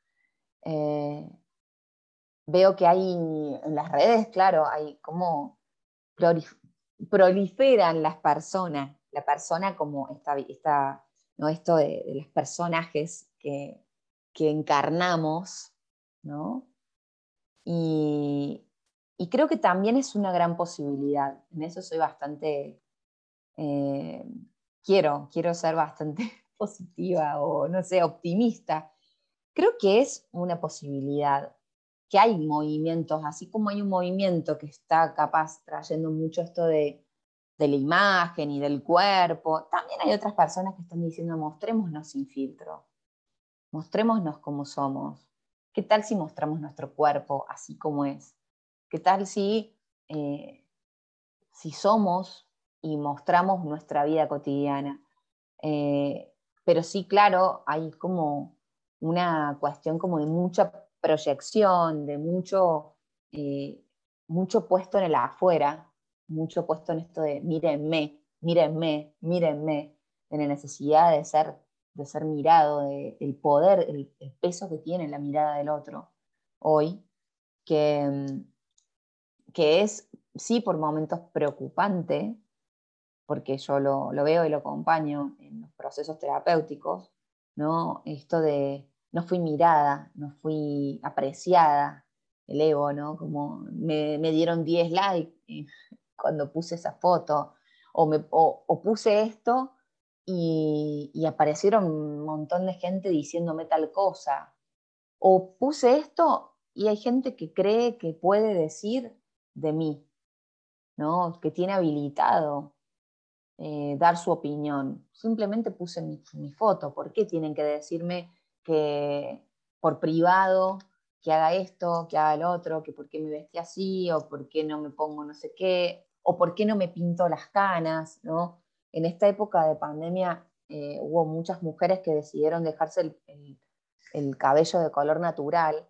Eh, veo que hay en las redes, claro, hay como prolif- proliferan las personas, la persona como esta, esta, ¿no? Esto de, de los personajes que, que encarnamos, ¿no? Y, y creo que también es una gran posibilidad. En eso soy bastante, eh, quiero, quiero ser bastante positiva o, no sé, optimista. Creo que es una posibilidad, que hay movimientos, así como hay un movimiento que está capaz trayendo mucho esto de, de la imagen y del cuerpo, también hay otras personas que están diciendo mostrémonos sin filtro, mostrémonos como somos. ¿Qué tal si mostramos nuestro cuerpo así como es? ¿Qué tal si, eh, si somos y mostramos nuestra vida cotidiana? Eh, pero sí, claro, hay como una cuestión como de mucha proyección, de mucho, eh, mucho puesto en el afuera, mucho puesto en esto de mírenme, mírenme, mírenme, de la necesidad de ser, de ser mirado, de, el poder, el, el peso que tiene la mirada del otro hoy, que, que es, sí, por momentos preocupante, porque yo lo, lo veo y lo acompaño en los procesos terapéuticos, ¿no? Esto de no fui mirada, no fui apreciada, el ego, ¿no? Como me, me dieron diez likes cuando puse esa foto, o, me, o, o puse esto y, y aparecieron un montón de gente diciéndome tal cosa, o puse esto y hay gente que cree que puede decir de mí, ¿no? Que tiene habilitado Eh, dar su opinión. Simplemente puse mi, mi foto. ¿Por qué tienen que decirme que por privado que haga esto, que haga el otro, que por qué me vestí así, o por qué no me pongo no sé qué, o por qué no me pinto las canas, ¿no? En esta época de pandemia eh, hubo muchas mujeres que decidieron dejarse el, el, el cabello de color natural,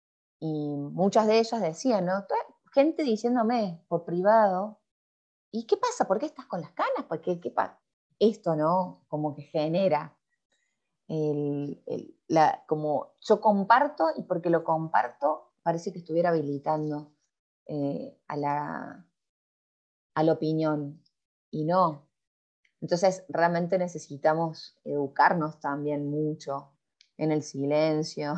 y muchas de ellas decían, ¿no? Gente diciéndome por privado, ¿y qué pasa? ¿Por qué estás con las canas? Porque qué pasa? Esto, ¿no? Como que genera. el, el, la, como yo comparto y porque lo comparto parece que estuviera habilitando eh, a, la, a la opinión y no. Entonces realmente necesitamos educarnos también mucho en el silencio,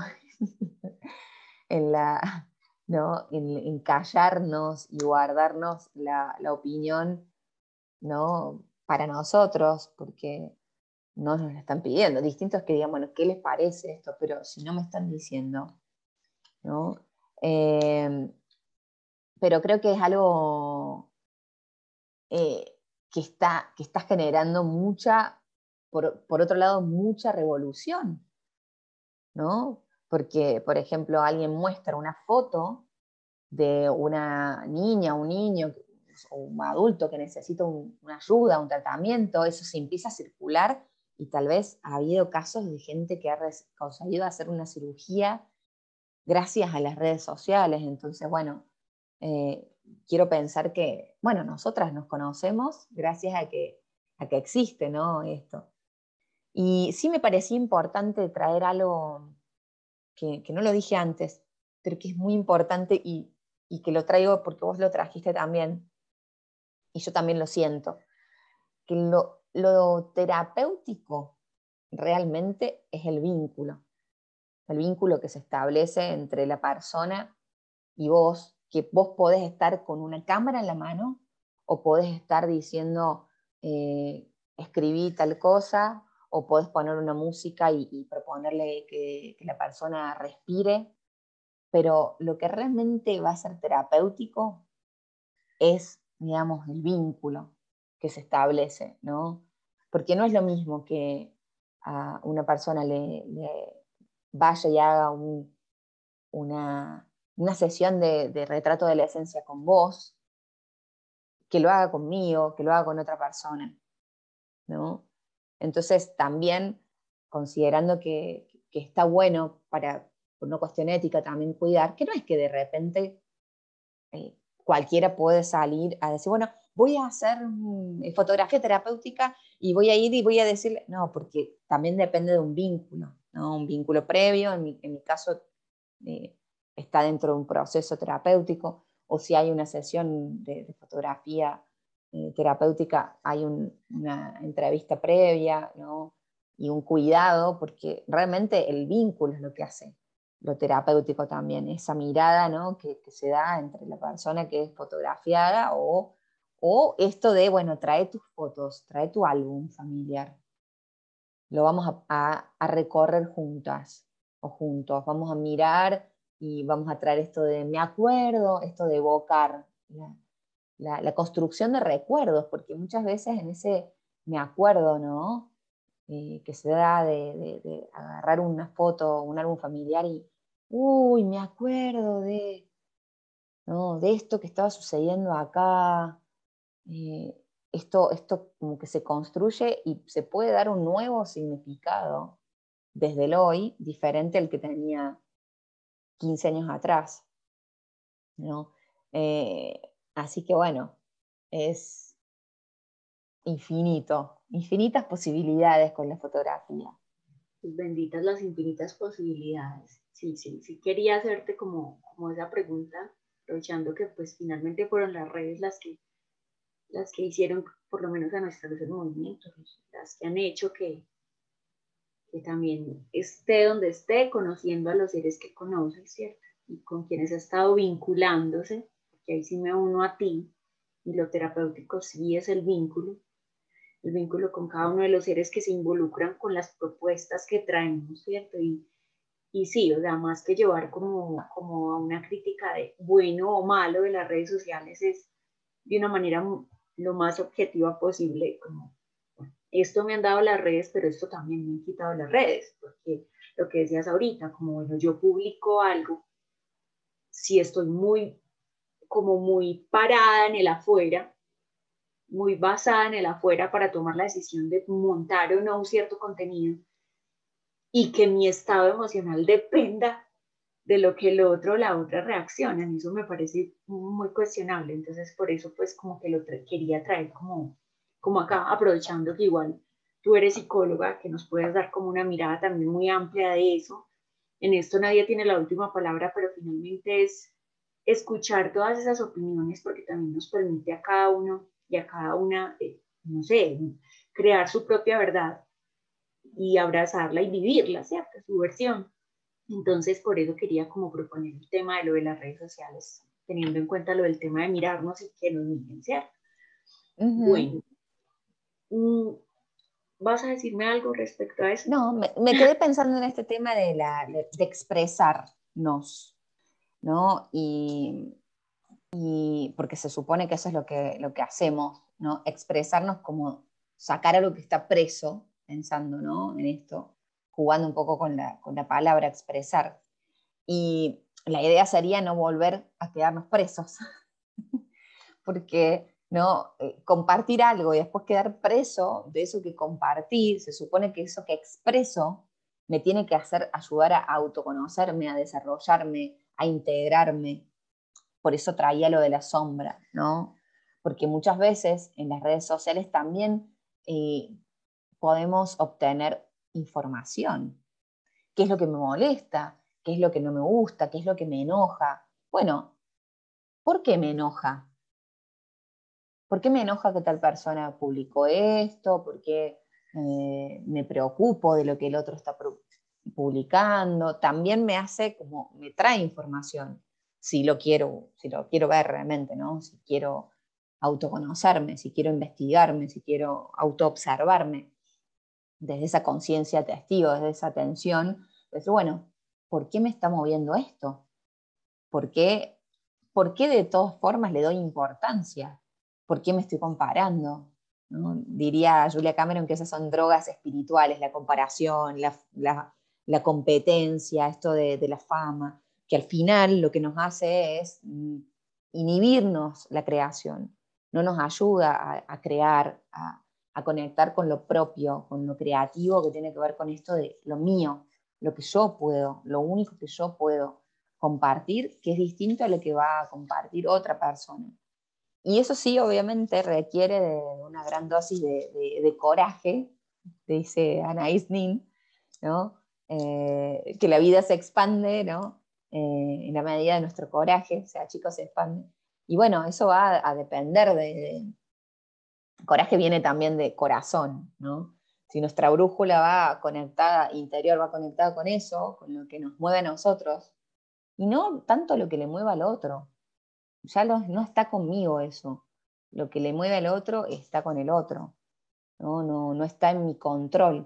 en, la, ¿no? en, en callarnos y guardarnos la, la opinión, ¿no? Para nosotros, porque no nos la están pidiendo. Distinto es que digan, bueno, ¿qué les parece esto? Pero si no me están diciendo, ¿no? Eh, pero creo que es algo eh, que, está, que está generando mucha, por, por otro lado, mucha revolución, ¿no? Porque, por ejemplo, alguien muestra una foto de una niña, un niño o un adulto que necesita un, una ayuda, un tratamiento, eso se empieza a circular y tal vez ha habido casos de gente que ha conseguido hacer una cirugía gracias a las redes sociales. Entonces, bueno, eh, quiero pensar que, bueno, nosotras nos conocemos gracias a que, a que existe, ¿no? Esto. Y sí me parecía importante traer algo que, que no lo dije antes, pero que es muy importante y, y que lo traigo porque vos lo trajiste también, y yo también lo siento, que lo, lo terapéutico realmente es el vínculo, el vínculo que se establece entre la persona y vos, que vos podés estar con una cámara en la mano o podés estar diciendo, eh, escribí tal cosa, o podés poner una música y, y proponerle que, que la persona respire, pero lo que realmente va a ser terapéutico es, digamos, el vínculo que se establece, ¿no? Porque no es lo mismo que a una persona le, le vaya y haga un, una, una sesión de, de retrato de la esencia con vos, que lo haga conmigo, que lo haga con otra persona, ¿no? Entonces también, considerando que, que está bueno para, por una cuestión ética, también cuidar, que no es que de repente eh, cualquiera puede salir a decir, bueno, voy a hacer um, fotografía terapéutica y voy a ir y voy a decirle, no, porque también depende de un vínculo, ¿no? Un vínculo previo, en mi, en mi caso eh, está dentro de un proceso terapéutico, o si hay una sesión de, de fotografía eh, terapéutica, hay un, una entrevista previa, ¿no? Y un cuidado, porque realmente el vínculo es lo que hace lo terapéutico también, esa mirada, ¿no? que, que se da entre la persona que es fotografiada o, o esto de, bueno, trae tus fotos, trae tu álbum familiar, lo vamos a, a, a recorrer juntas o juntos, vamos a mirar y vamos a traer esto de me acuerdo, esto de evocar la, la, la construcción de recuerdos, porque muchas veces en ese me acuerdo, ¿no? Eh, que se da de, de, de agarrar una foto, un álbum familiar y, uy, me acuerdo de, ¿no? de esto que estaba sucediendo acá, eh, esto, esto como que se construye y se puede dar un nuevo significado desde el hoy, diferente al que tenía quince años atrás, ¿no? Eh, así que bueno, es infinito, infinitas posibilidades con la fotografía. Pues benditas las infinitas posibilidades. Sí, sí, sí quería hacerte como, como esa pregunta, aprovechando que pues finalmente fueron las redes las que, las que hicieron, por lo menos a nuestra luz, el movimiento, las que han hecho que, que también esté donde esté, conociendo a los seres que conoce, ¿cierto? Y con quienes ha estado vinculándose, porque ahí sí me uno a ti, y lo terapéutico sí es el vínculo, el vínculo con cada uno de los seres que se involucran con las propuestas que traemos, ¿cierto? Y, y sí, o sea, más que llevar como, como a una crítica de bueno o malo de las redes sociales, es de una manera lo más objetiva posible, como esto me han dado las redes, pero esto también me han quitado las redes, porque lo que decías ahorita, como bueno, yo publico algo, si estoy muy, como muy parada en el afuera, muy basada en el afuera para tomar la decisión de montar o no un cierto contenido, y que mi estado emocional dependa de lo que el otro o la otra reaccionan, eso me parece muy cuestionable, entonces por eso pues como que lo tra quería traer como, como acá, aprovechando que igual tú eres psicóloga, que nos puedes dar como una mirada también muy amplia de eso. En esto nadie tiene la última palabra, pero finalmente es escuchar todas esas opiniones porque también nos permite a cada uno y a cada una, eh, no sé, crear su propia verdad y abrazarla y vivirla, ¿cierto? Su versión. Entonces, por eso quería como proponer el tema de lo de las redes sociales, teniendo en cuenta lo del tema de mirarnos y que nos miren, ¿cierto? Uh-huh. Bueno, ¿vas a decirme algo respecto a eso? No, me, me quedé pensando en este tema de, la, de, de expresarnos, ¿no? Y, y porque se supone que eso es lo que, lo que hacemos, ¿no? Expresarnos como sacar algo que está preso, pensando, ¿no? En esto, jugando un poco con la, con la palabra expresar. Y la idea sería no volver a quedarnos presos, porque ¿no? Eh, compartir algo y después quedar preso de eso que compartí, se supone que eso que expreso me tiene que hacer ayudar a autoconocerme, a desarrollarme, a integrarme. Por eso traía lo de la sombra, ¿no? Porque muchas veces en las redes sociales también eh, podemos obtener información. ¿Qué es lo que me molesta? ¿Qué es lo que no me gusta? ¿Qué es lo que me enoja? Bueno, ¿por qué me enoja? ¿Por qué me enoja que tal persona publicó esto? ¿Por qué eh, me preocupo de lo que el otro está publicando? También me hace como, me trae información, si lo quiero, si lo quiero ver realmente, ¿no? Si quiero autoconocerme, si quiero investigarme, si quiero autoobservarme, desde esa conciencia testigo, desde esa atención, pues bueno, ¿por qué me está moviendo esto? ¿Por qué, ¿Por qué de todas formas le doy importancia? ¿Por qué me estoy comparando? ¿No? Diría Julia Cameron que esas son drogas espirituales, la comparación, la, la, la competencia, esto de, de la fama, que al final lo que nos hace es inhibirnos la creación, no nos ayuda a, a crear, a, a conectar con lo propio, con lo creativo que tiene que ver con esto de lo mío, lo que yo puedo, lo único que yo puedo compartir, que es distinto a lo que va a compartir otra persona. Y eso sí, obviamente, requiere de una gran dosis de, de, de coraje, dice Anaïs Nin, ¿no? Eh, que la vida se expande, ¿no? Eh, en la medida de nuestro coraje, o sea, chicos, se expande. Y bueno, eso va a, a depender de, de... Coraje viene también de corazón, ¿no? Si nuestra brújula va conectada, interior va conectada con eso, con lo que nos mueve a nosotros, y no tanto lo que le mueva al otro. Ya lo, no está conmigo eso. Lo que le mueve al otro está con el otro. No, no, no está en mi control.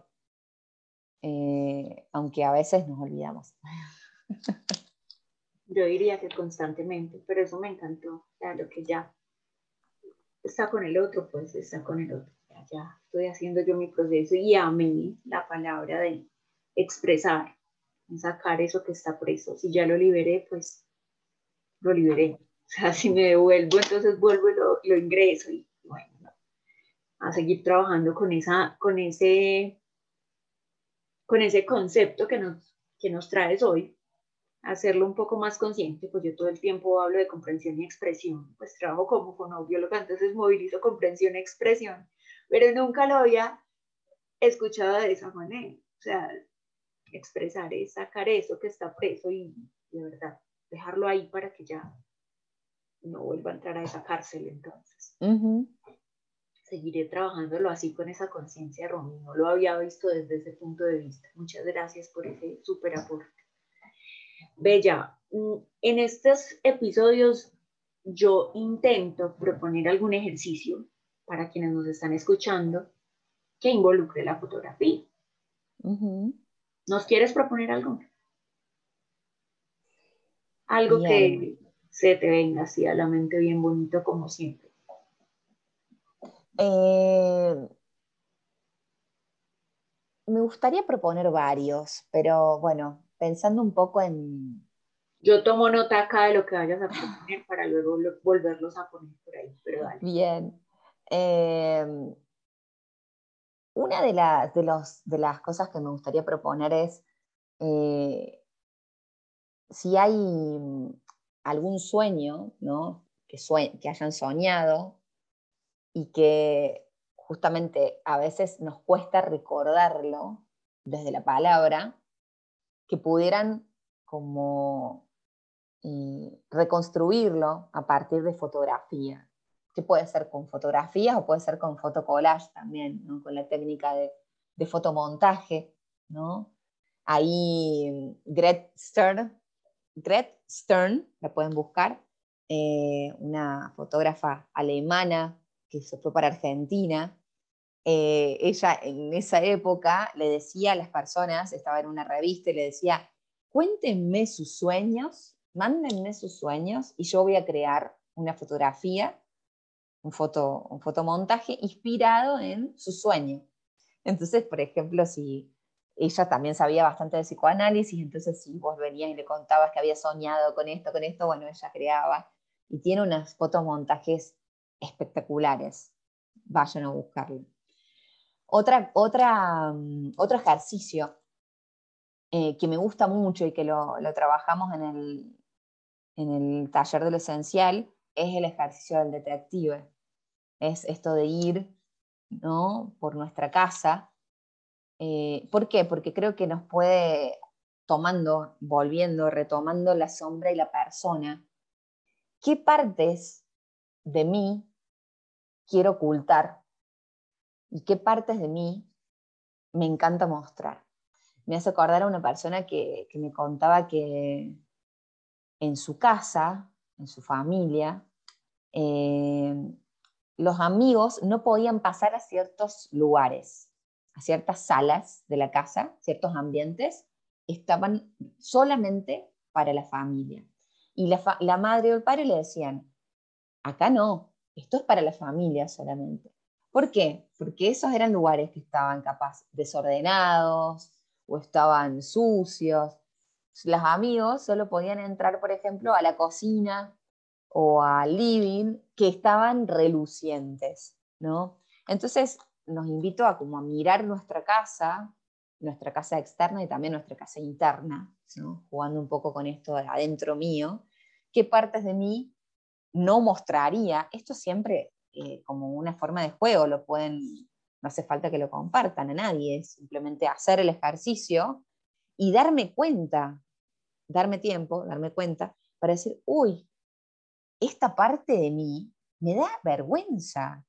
Eh, aunque a veces nos olvidamos. Yo diría que constantemente, pero eso me encantó. O sea, lo que ya está con el otro, pues está con el otro. Ya, ya estoy haciendo yo mi proceso y amé la palabra de expresar, sacar eso que está preso. Si ya lo liberé, pues lo liberé. O sea, si me devuelvo, entonces vuelvo y lo, lo ingreso. Y bueno, a seguir trabajando con, esa, con, ese, con ese concepto que nos, que nos traes hoy, hacerlo un poco más consciente, pues yo todo el tiempo hablo de comprensión y expresión, pues trabajo como fonoaudióloga, entonces movilizo comprensión y expresión, pero nunca lo había escuchado de esa manera, o sea, expresar es sacar eso que está preso y de verdad dejarlo ahí para que ya no vuelva a entrar a esa cárcel entonces. Uh-huh. Seguiré trabajándolo así con esa conciencia, Romy, no lo había visto desde ese punto de vista. Muchas gracias por ese súper aporte. Bella, en estos episodios yo intento proponer algún ejercicio para quienes nos están escuchando que involucre la fotografía. Uh-huh. ¿Nos quieres proponer algo? Algo Bien. que se te venga así a la mente bien bonito como siempre. Eh, me gustaría proponer varios, pero bueno, pensando un poco en... Yo tomo nota acá de lo que vayas a proponer para luego volverlos a poner por ahí, pero dale. Bien. Eh, una de, la, de, los, de las cosas que me gustaría proponer es eh, si hay algún sueño, ¿no? que, sue que hayan soñado y que justamente a veces nos cuesta recordarlo desde la palabra, que pudieran como eh, reconstruirlo a partir de fotografía, que puede ser con fotografías o puede ser con fotocollage también, ¿no? Con la técnica de, de fotomontaje, ¿no? Ahí Gret Stern, Gret Stern, la pueden buscar, eh, una fotógrafa alemana que se fue para Argentina. Eh, ella en esa época le decía a las personas, estaba en una revista y le decía, cuéntenme sus sueños, mándenme sus sueños y yo voy a crear una fotografía, un, foto, un fotomontaje inspirado en su sueño. Entonces, por ejemplo, si ella también sabía bastante de psicoanálisis, entonces si vos venías y le contabas que había soñado con esto, con esto, bueno, ella creaba. Y tiene unos fotomontajes espectaculares. Vayan a buscarlo. Otra, otra, um, otro ejercicio eh, que me gusta mucho y que lo, lo trabajamos en el, en el taller de lo esencial es el ejercicio del detective. Es esto de ir, ¿no?, por nuestra casa. Eh, ¿Por qué? Porque creo que nos puede, tomando, volviendo, retomando la sombra y la persona, ¿qué partes de mí quiero ocultar? ¿Y qué partes de mí me encanta mostrar? Me hace acordar a una persona que, que me contaba que en su casa, en su familia, eh, los amigos no podían pasar a ciertos lugares, a ciertas salas de la casa, ciertos ambientes, estaban solamente para la familia. Y la, fa la madre o el padre le decían, acá no, esto es para la familia solamente. ¿Por qué? Porque esos eran lugares que estaban capaz desordenados o estaban sucios. Los amigos solo podían entrar, por ejemplo, a la cocina o al living, que estaban relucientes, ¿no? Entonces nos invito a como a mirar nuestra casa, nuestra casa externa y también nuestra casa interna, ¿no? Jugando un poco con esto de adentro mío, qué partes de mí no mostraría, esto siempre eh, como una forma de juego, lo pueden, no hace falta que lo compartan a nadie, es simplemente hacer el ejercicio y darme cuenta, darme tiempo, darme cuenta, para decir, uy, esta parte de mí me da vergüenza,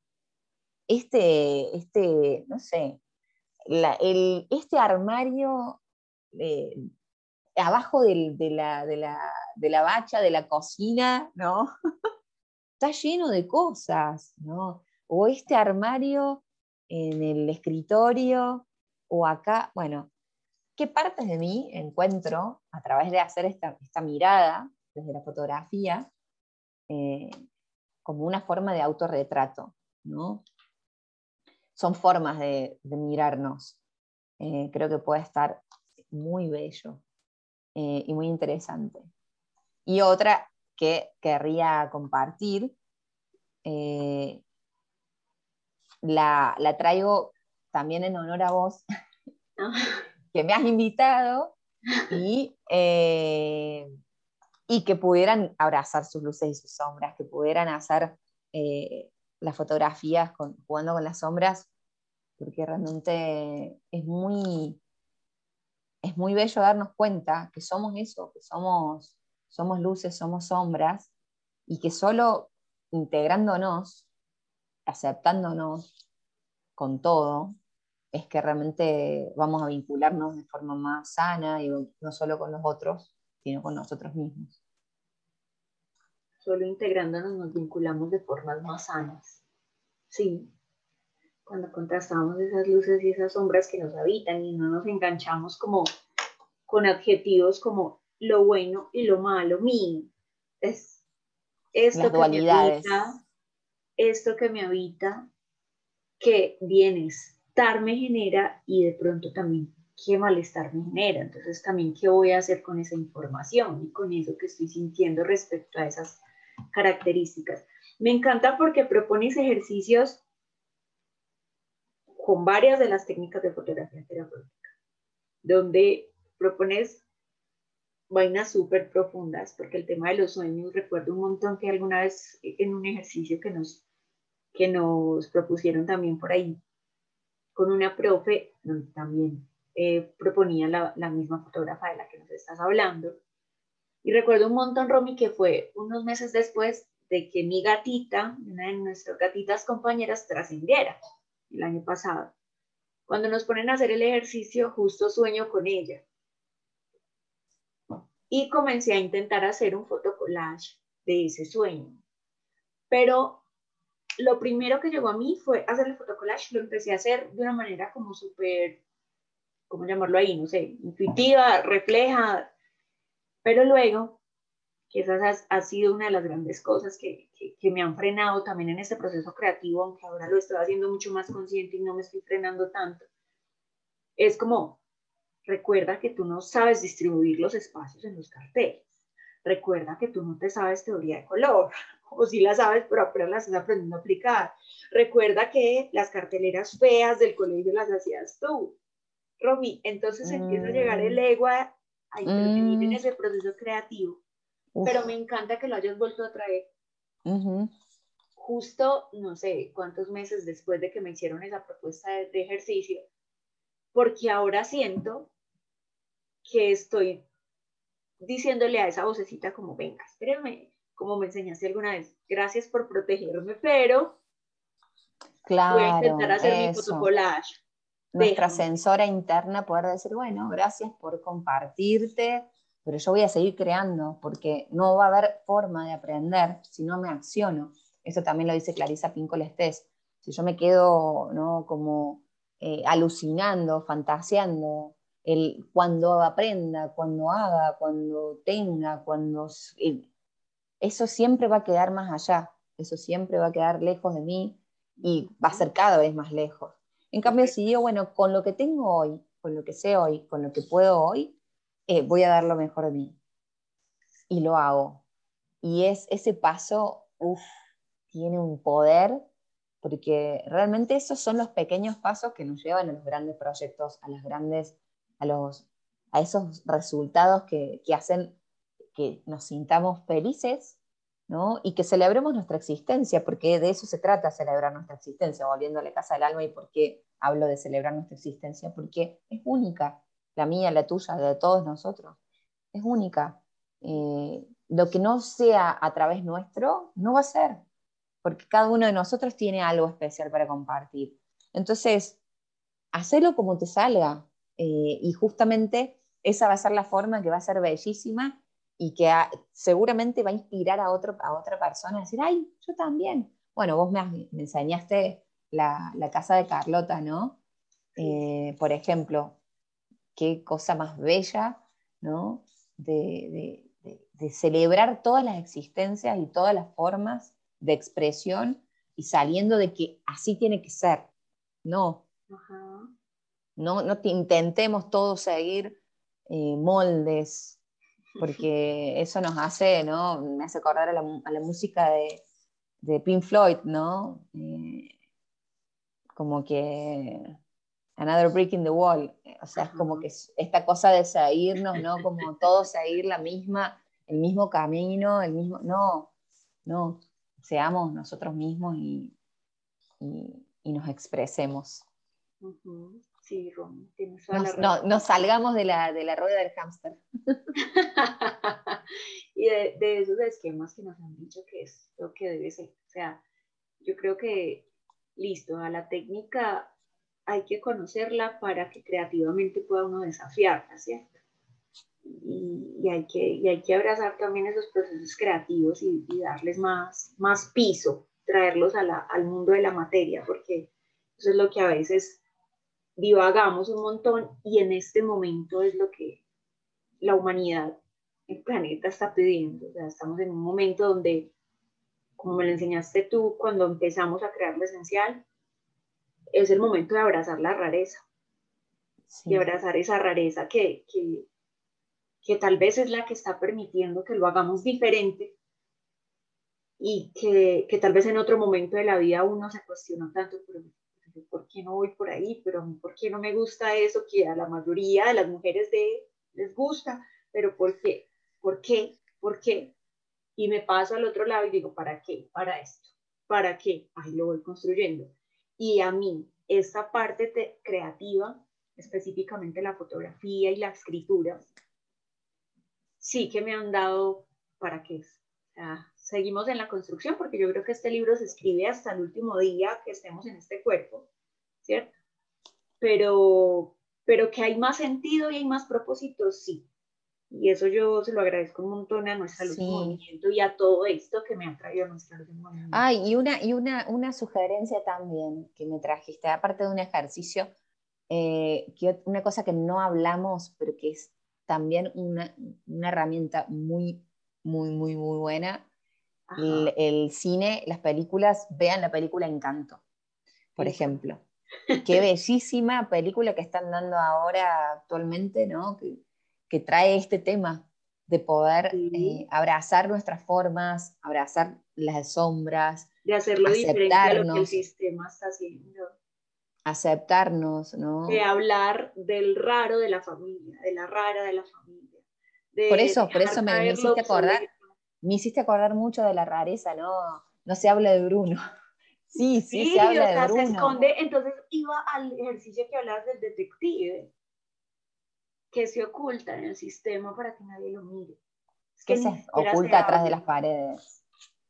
este, este no sé, la, el, este armario eh, abajo del, de, la, de, la, de la bacha de la cocina, ¿no? Está lleno de cosas, ¿no? O este armario en el escritorio, o acá, bueno, ¿qué partes de mí encuentro a través de hacer esta, esta mirada desde la fotografía eh, como una forma de autorretrato, ¿no? Son formas de, de mirarnos. Eh, creo que puede estar muy bello eh, y muy interesante. Y otra que querría compartir, eh, la, la traigo también en honor a vos, que me has invitado y, eh, y que pudieran abrazar sus luces y sus sombras, que pudieran hacer eh, las fotografías con, jugando con las sombras, porque realmente es muy, es muy bello darnos cuenta que somos eso, que somos, somos luces, somos sombras, y que solo integrándonos, aceptándonos con todo, es que realmente vamos a vincularnos de forma más sana y no solo con los otros, sino con nosotros mismos. Solo integrándonos nos vinculamos de formas más sanas. Sí, cuando contrastamos esas luces y esas sombras que nos habitan y no nos enganchamos como con adjetivos como lo bueno y lo malo mío. Es esto Las que me dualidades. habita, esto que me habita, qué bienestar me genera y de pronto también qué malestar me genera. Entonces también qué voy a hacer con esa información y con eso que estoy sintiendo respecto a esas características. Me encanta porque propones ejercicios con varias de las técnicas de fotografía terapéutica, donde propones vainas súper profundas, porque el tema de los sueños, recuerdo un montón que alguna vez en un ejercicio que nos que nos propusieron también por ahí con una profe, donde también eh, proponía la, la misma fotógrafa de la que nos estás hablando. Y recuerdo un montón, Romy, que fue unos meses después de que mi gatita, una de nuestras gatitas compañeras, trascendiera el año pasado. Cuando nos ponen a hacer el ejercicio, justo sueño con ella. Y comencé a intentar hacer un fotocollage de ese sueño. Pero lo primero que llegó a mí fue hacer el fotocollage. Lo empecé a hacer de una manera como súper, ¿cómo llamarlo ahí? No sé, intuitiva, refleja. Pero luego, que esa ha, ha sido una de las grandes cosas que, que, que me han frenado también en este proceso creativo, aunque ahora lo estoy haciendo mucho más consciente y no me estoy frenando tanto, es como, recuerda que tú no sabes distribuir los espacios en los carteles. Recuerda que tú no te sabes teoría de color, o si la sabes, pero apenas las estás aprendiendo a aplicar. Recuerda que las carteleras feas del colegio las hacías tú. Romy, entonces Mm. empieza a llegar el ego a, a intervenir Mm. en ese proceso creativo. Uf. Pero me encanta que lo hayas vuelto a traer. Uh-huh. Justo, no sé, cuántos meses después de que me hicieron esa propuesta de, de ejercicio, porque ahora siento que estoy diciéndole a esa vocecita como, venga, espérame, como me enseñaste alguna vez, gracias por protegerme, pero claro, voy a intentar hacer eso. mi fotocollage. Nuestra Déjame. sensora interna poder decir, bueno, gracias por compartirte, pero yo voy a seguir creando, porque no va a haber forma de aprender si no me acciono. Eso también lo dice Clarissa Pinkola Estés. Si yo me quedo, ¿no?, como eh, alucinando, fantaseando, el, cuando aprenda, cuando haga, cuando tenga, cuando... Eh, eso siempre va a quedar más allá, eso siempre va a quedar lejos de mí y va a ser cada vez más lejos. En cambio, si digo, bueno, con lo que tengo hoy, con lo que sé hoy, con lo que puedo hoy, eh, voy a dar lo mejor de mí. Y lo hago. Y es ese paso, uff, tiene un poder, porque realmente esos son los pequeños pasos que nos llevan a los grandes proyectos, a las grandes, a los, a esos resultados que, que hacen que nos sintamos felices, ¿no? Y que celebremos nuestra existencia, porque de eso se trata, celebrar nuestra existencia, volviendo a la casa del alma. ¿Y por qué hablo de celebrar nuestra existencia? Porque es única, la mía, la tuya, la de todos nosotros, es única. Eh, lo que no sea a través nuestro, no va a ser, porque cada uno de nosotros tiene algo especial para compartir. Entonces, hacelo como te salga, eh, y justamente esa va a ser la forma que va a ser bellísima y que a, seguramente va a inspirar a, otro, a otra persona a decir, ay, yo también. Bueno, vos me, me enseñaste la, la casa de Carlota, ¿no? Eh, por ejemplo, qué cosa más bella, ¿no? De, de, de, de celebrar todas las existencias y todas las formas de expresión y saliendo de que así tiene que ser, ¿no? Ajá. No, no te intentemos todos seguir eh, moldes, porque eso nos hace, ¿no? Me hace acordar a la, a la música de, de Pink Floyd, ¿no? Eh, como que Another Brick in the Wall, o sea, es como que esta cosa de seguirnos, ¿no? Como todos seguir la misma, el mismo camino, el mismo, no, no, seamos nosotros mismos y, y, y nos expresemos. Uh-huh. Sí, Rom, tienes toda Nos, la no, razón. nos salgamos de la, de la rueda del hámster. Y de, de esos esquemas que nos han dicho que es lo que debe ser. O sea, yo creo que, listo, a la técnica hay que conocerla para que creativamente pueda uno desafiarla, ¿cierto? Y, y, hay, que, y hay que abrazar también esos procesos creativos y, y darles más, más piso, traerlos a la, al mundo de la materia, porque eso es lo que a veces divagamos un montón y en este momento es lo que la humanidad, el planeta está pidiendo. O sea, estamos en un momento donde, como me lo enseñaste tú, cuando empezamos a crear lo esencial, es el momento de abrazar la rareza, Sí. de abrazar esa rareza que, que, que tal vez es la que está permitiendo que lo hagamos diferente y que, que tal vez en otro momento de la vida uno se cuestiona tanto, pero ¿por qué no voy por ahí? Pero ¿por qué no me gusta eso que a la mayoría de las mujeres de, les gusta? Pero ¿por qué? ¿Por qué? ¿Por qué? Y me paso al otro lado y digo, ¿para qué? Para esto. ¿para qué? Ahí lo voy construyendo. Y a mí, esta parte te, creativa, específicamente la fotografía y la escritura, sí que me han dado para qué es. O sea, seguimos en la construcción porque yo creo que este libro se escribe hasta el último día que estemos en este cuerpo, ¿cierto? Pero, pero que hay más sentido y hay más propósitos, sí. Y eso yo se lo agradezco un montón a Nuestra Luz en Sí. Movimiento y a todo esto que me ha traído Nuestra Luz en Movimiento. Ah, y una, y una, una sugerencia también que me trajiste, aparte de un ejercicio, eh, que una cosa que no hablamos, pero que es también una, una herramienta muy, muy, muy, muy buena, el, el cine, las películas, vean la película Encanto, por Encanto. ejemplo. Qué bellísima película que están dando ahora actualmente, ¿no? Que, que trae este tema de poder Sí. eh, abrazar nuestras formas, abrazar las sombras, de hacerlo diferente a lo que el aceptarnos, sistema está haciendo. aceptarnos, ¿no? De hablar del raro de la familia, de la rara de la familia. De Por eso, por dejar eso me, me caer lo hiciste acordar, obsoleto. me hiciste acordar mucho de la rareza, ¿no? No se habla de Bruno. Sí, sí, se Sí, o habla de sea, se Bruno. esconde. Entonces iba al ejercicio que hablabas del detective, que se oculta en el sistema para que nadie lo mire. Es que Que ni se siquiera se oculta atrás de habla, las paredes.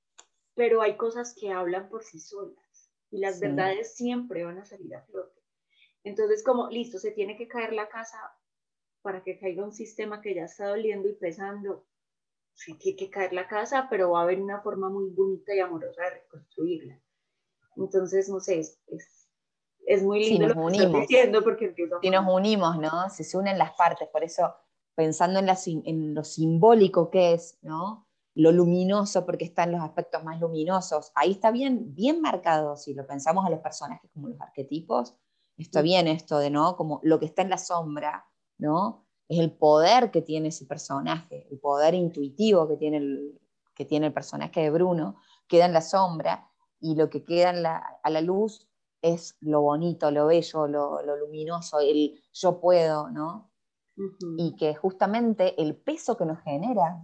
pero hay cosas que hablan por sí solas y las Sí. verdades siempre van a salir a flote. Entonces, como, listo, se tiene que caer la casa para que caiga un sistema que ya está doliendo y pesando. Sí, tiene que caer la casa, pero va a haber una forma muy bonita y amorosa de reconstruirla. Entonces, no sé, es, es, es muy Sí, lindo nos lo que estás unimos. diciendo porque empiezo a Si nos unimos, ¿no? Si se unen las partes, por eso pensando en, la, en lo simbólico que es, ¿no? Lo luminoso, porque están los aspectos más luminosos, ahí está bien, bien marcado, si lo pensamos a los personajes como los arquetipos, está bien esto de, ¿no? Como lo que está en la sombra, ¿no? Es el poder que tiene ese personaje, el poder intuitivo que tiene el, que tiene el personaje de Bruno, queda en la sombra, y lo que queda en la, a la luz es lo bonito, lo bello, lo, lo luminoso, el yo puedo, ¿no? Uh-huh. Y que justamente el peso que nos genera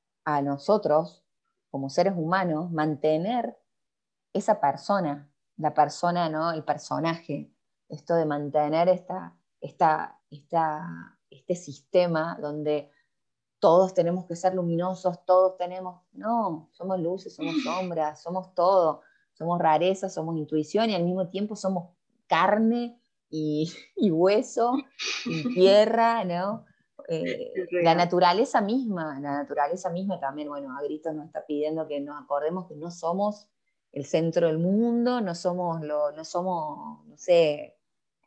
a nosotros, como seres humanos, mantener esa persona, la persona, ¿no? El personaje, esto de mantener esta, esta, esta, este sistema donde todos tenemos que ser luminosos, todos tenemos, no, somos luces, somos sombras, somos todo, somos rareza, somos intuición y al mismo tiempo somos carne y, y hueso y tierra, ¿no? Eh, la naturaleza misma, la naturaleza misma también, bueno, a gritos nos está pidiendo que nos acordemos que no somos el centro del mundo, no somos, lo, no somos, no sé,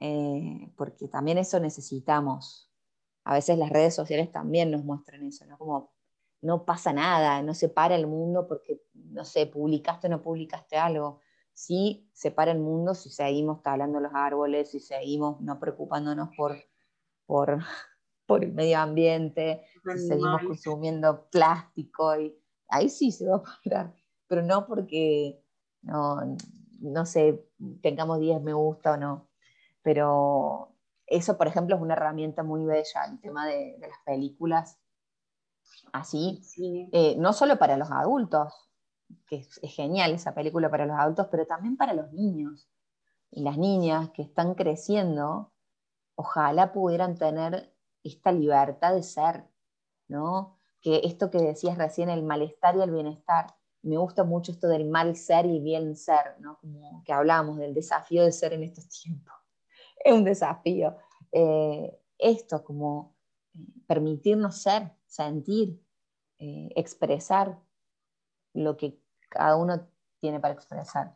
eh, porque también eso necesitamos. A veces las redes sociales también nos muestran eso, ¿no? Como no pasa nada, no se para el mundo porque, no sé, publicaste o no publicaste algo. Sí se para el mundo si seguimos talando los árboles, si seguimos no preocupándonos por, por, por el medio ambiente, si seguimos consumiendo plástico, y ahí sí se va a parar, pero no porque, no, no sé, tengamos diez me gusta o no, pero eso, por ejemplo, es una herramienta muy bella, el tema de, de las películas, así, sí. eh, no solo para los adultos, que es, es genial esa película para los adultos, pero también para los niños y las niñas que están creciendo, ojalá pudieran tener esta libertad de ser, ¿no? Que esto que decías recién, el malestar y el bienestar, me gusta mucho esto del mal ser y bien ser, ¿no? Como que hablamos del desafío de ser en estos tiempos. Es un desafío. Eh, esto, como permitirnos ser, sentir, eh, expresar lo que cada uno tiene para expresar.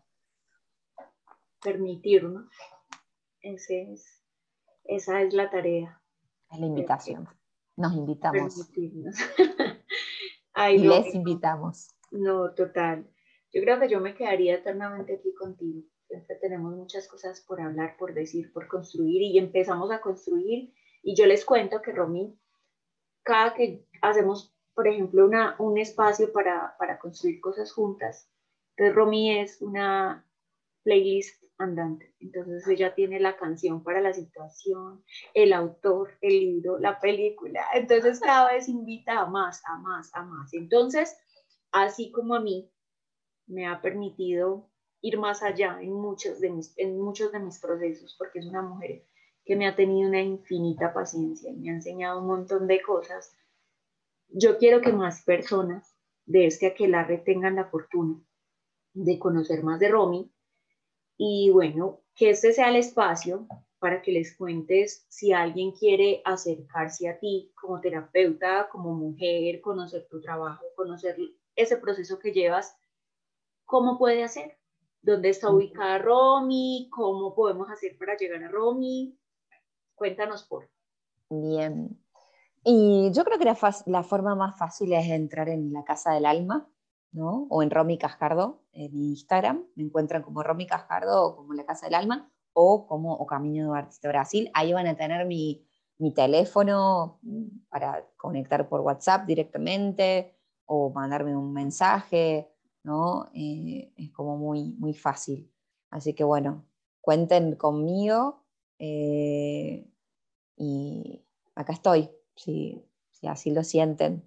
Permitirnos. Ese es, esa es la tarea. Es la invitación. Nos invitamos. Permitirnos. Ay, y no, les invitamos. No, total. Yo creo que yo me quedaría eternamente aquí contigo. Siempre tenemos muchas cosas por hablar, por decir, por construir y empezamos a construir. Y yo les cuento que Romy, cada que hacemos, por ejemplo, una, un espacio para, para construir cosas juntas, entonces Romy es una playlist andante. Entonces ella tiene la canción para la situación, el autor, el libro, la película. Entonces cada vez invita a más, a más, a más. Entonces, así como a mí me ha permitido ir más allá en muchos de mis, en muchos de mis procesos, porque es una mujer que me ha tenido una infinita paciencia y me ha enseñado un montón de cosas. Yo quiero que más personas de este aquelarre tengan la fortuna de conocer más de Romy y bueno, que este sea el espacio para que les cuentes si alguien quiere acercarse a ti como terapeuta, como mujer, conocer tu trabajo, conocer ese proceso que llevas, ¿cómo puede hacer? ¿Dónde está ubicada Romy? ¿Cómo podemos hacer para llegar a Romy? Cuéntanos por. Bien. Y yo creo que la, la forma más fácil es entrar en la Casa del Alma, ¿no? O en Romy Cascardo, en Instagram. Me encuentran como Romy Cascardo o como la Casa del Alma o como o Camino de Artista Brasil. Ahí van a tener mi, mi teléfono para conectar por WhatsApp directamente o mandarme un mensaje, ¿no? Eh, es como muy, muy fácil. Así que bueno, cuenten conmigo eh, y acá estoy. Si, si así lo sienten.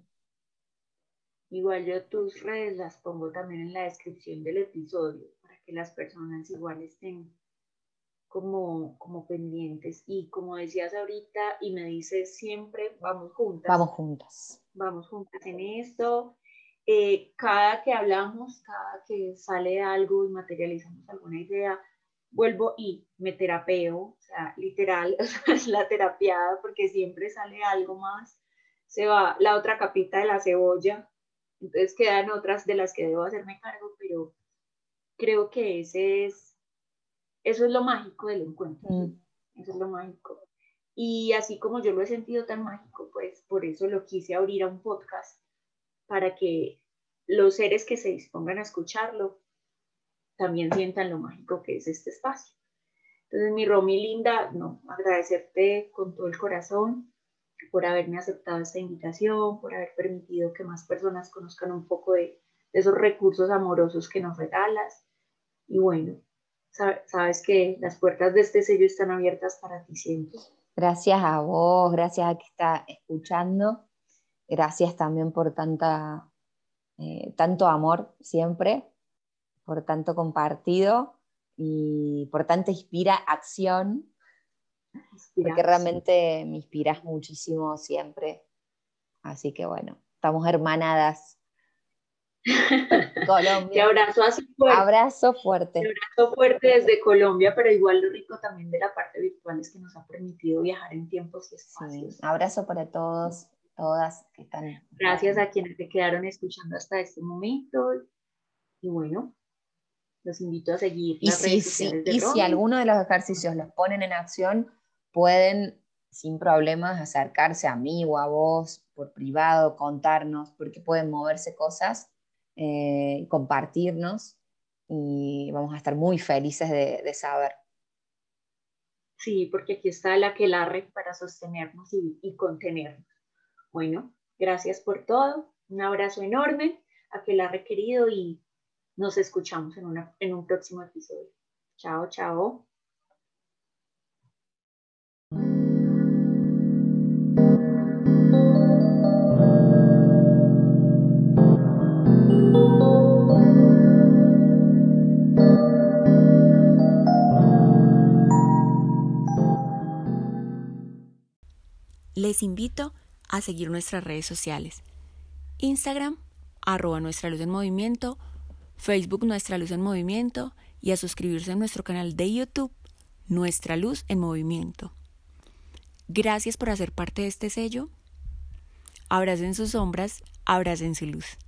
Igual yo tus redes las pongo también en la descripción del episodio para que las personas igual estén como, como pendientes. Y como decías ahorita y me dices siempre, vamos juntas. Vamos juntas. Vamos juntas en esto. Eh, cada que hablamos, cada que sale algo y materializamos alguna idea, vuelvo y me terapeo, o sea, literal, o sea, es la terapiada porque siempre sale algo más, se va la otra capita de la cebolla, entonces quedan otras de las que debo hacerme cargo, pero creo que ese es, eso es lo mágico del encuentro, mm. ¿sí? Eso es lo mágico. Y así como yo lo he sentido tan mágico, pues por eso lo quise abrir a un podcast, para que los seres que se dispongan a escucharlo también sientan lo mágico que es este espacio. Entonces, mi Romy linda, no, agradecerte con todo el corazón por haberme aceptado esta invitación, por haber permitido que más personas conozcan un poco de, de esos recursos amorosos que nos regalas. Y bueno, sabes que las puertas de este sello están abiertas para ti siempre. Gracias a vos, gracias a que está escuchando, gracias también por tanta, eh, tanto amor siempre, por tanto compartido y por tanta inspira acción, porque realmente me inspiras muchísimo siempre. Así que bueno, estamos hermanadas. Colombia. Te abrazo así fuerte. Abrazo fuerte. Te abrazo fuerte desde Colombia, pero igual lo rico también de la parte virtual es que nos ha permitido viajar en tiempos y espacios. Sí, abrazo para todos, todas que están. Gracias a quienes te quedaron escuchando hasta este momento. Y bueno, los invito a seguir las y redes si, sociales sí, de Y Romy. si alguno de los ejercicios los ponen en acción, pueden sin problemas acercarse a mí o a vos por privado, contarnos, porque pueden moverse cosas, eh, compartirnos y vamos a estar muy felices de, de saber. Sí, porque aquí está el aquelarre para sostenernos y, y contenernos. Bueno, gracias por todo. Un abrazo enorme, aquelarre querido, y nos escuchamos en, una, en un próximo episodio. Chao, chao. Les invito a seguir nuestras redes sociales. Instagram, arroba Nuestra Luz en Movimiento, Facebook Nuestra Luz en Movimiento y a suscribirse a nuestro canal de YouTube, Nuestra Luz en Movimiento. Gracias por hacer parte de este sello. Abracen sus sombras, abracen su luz.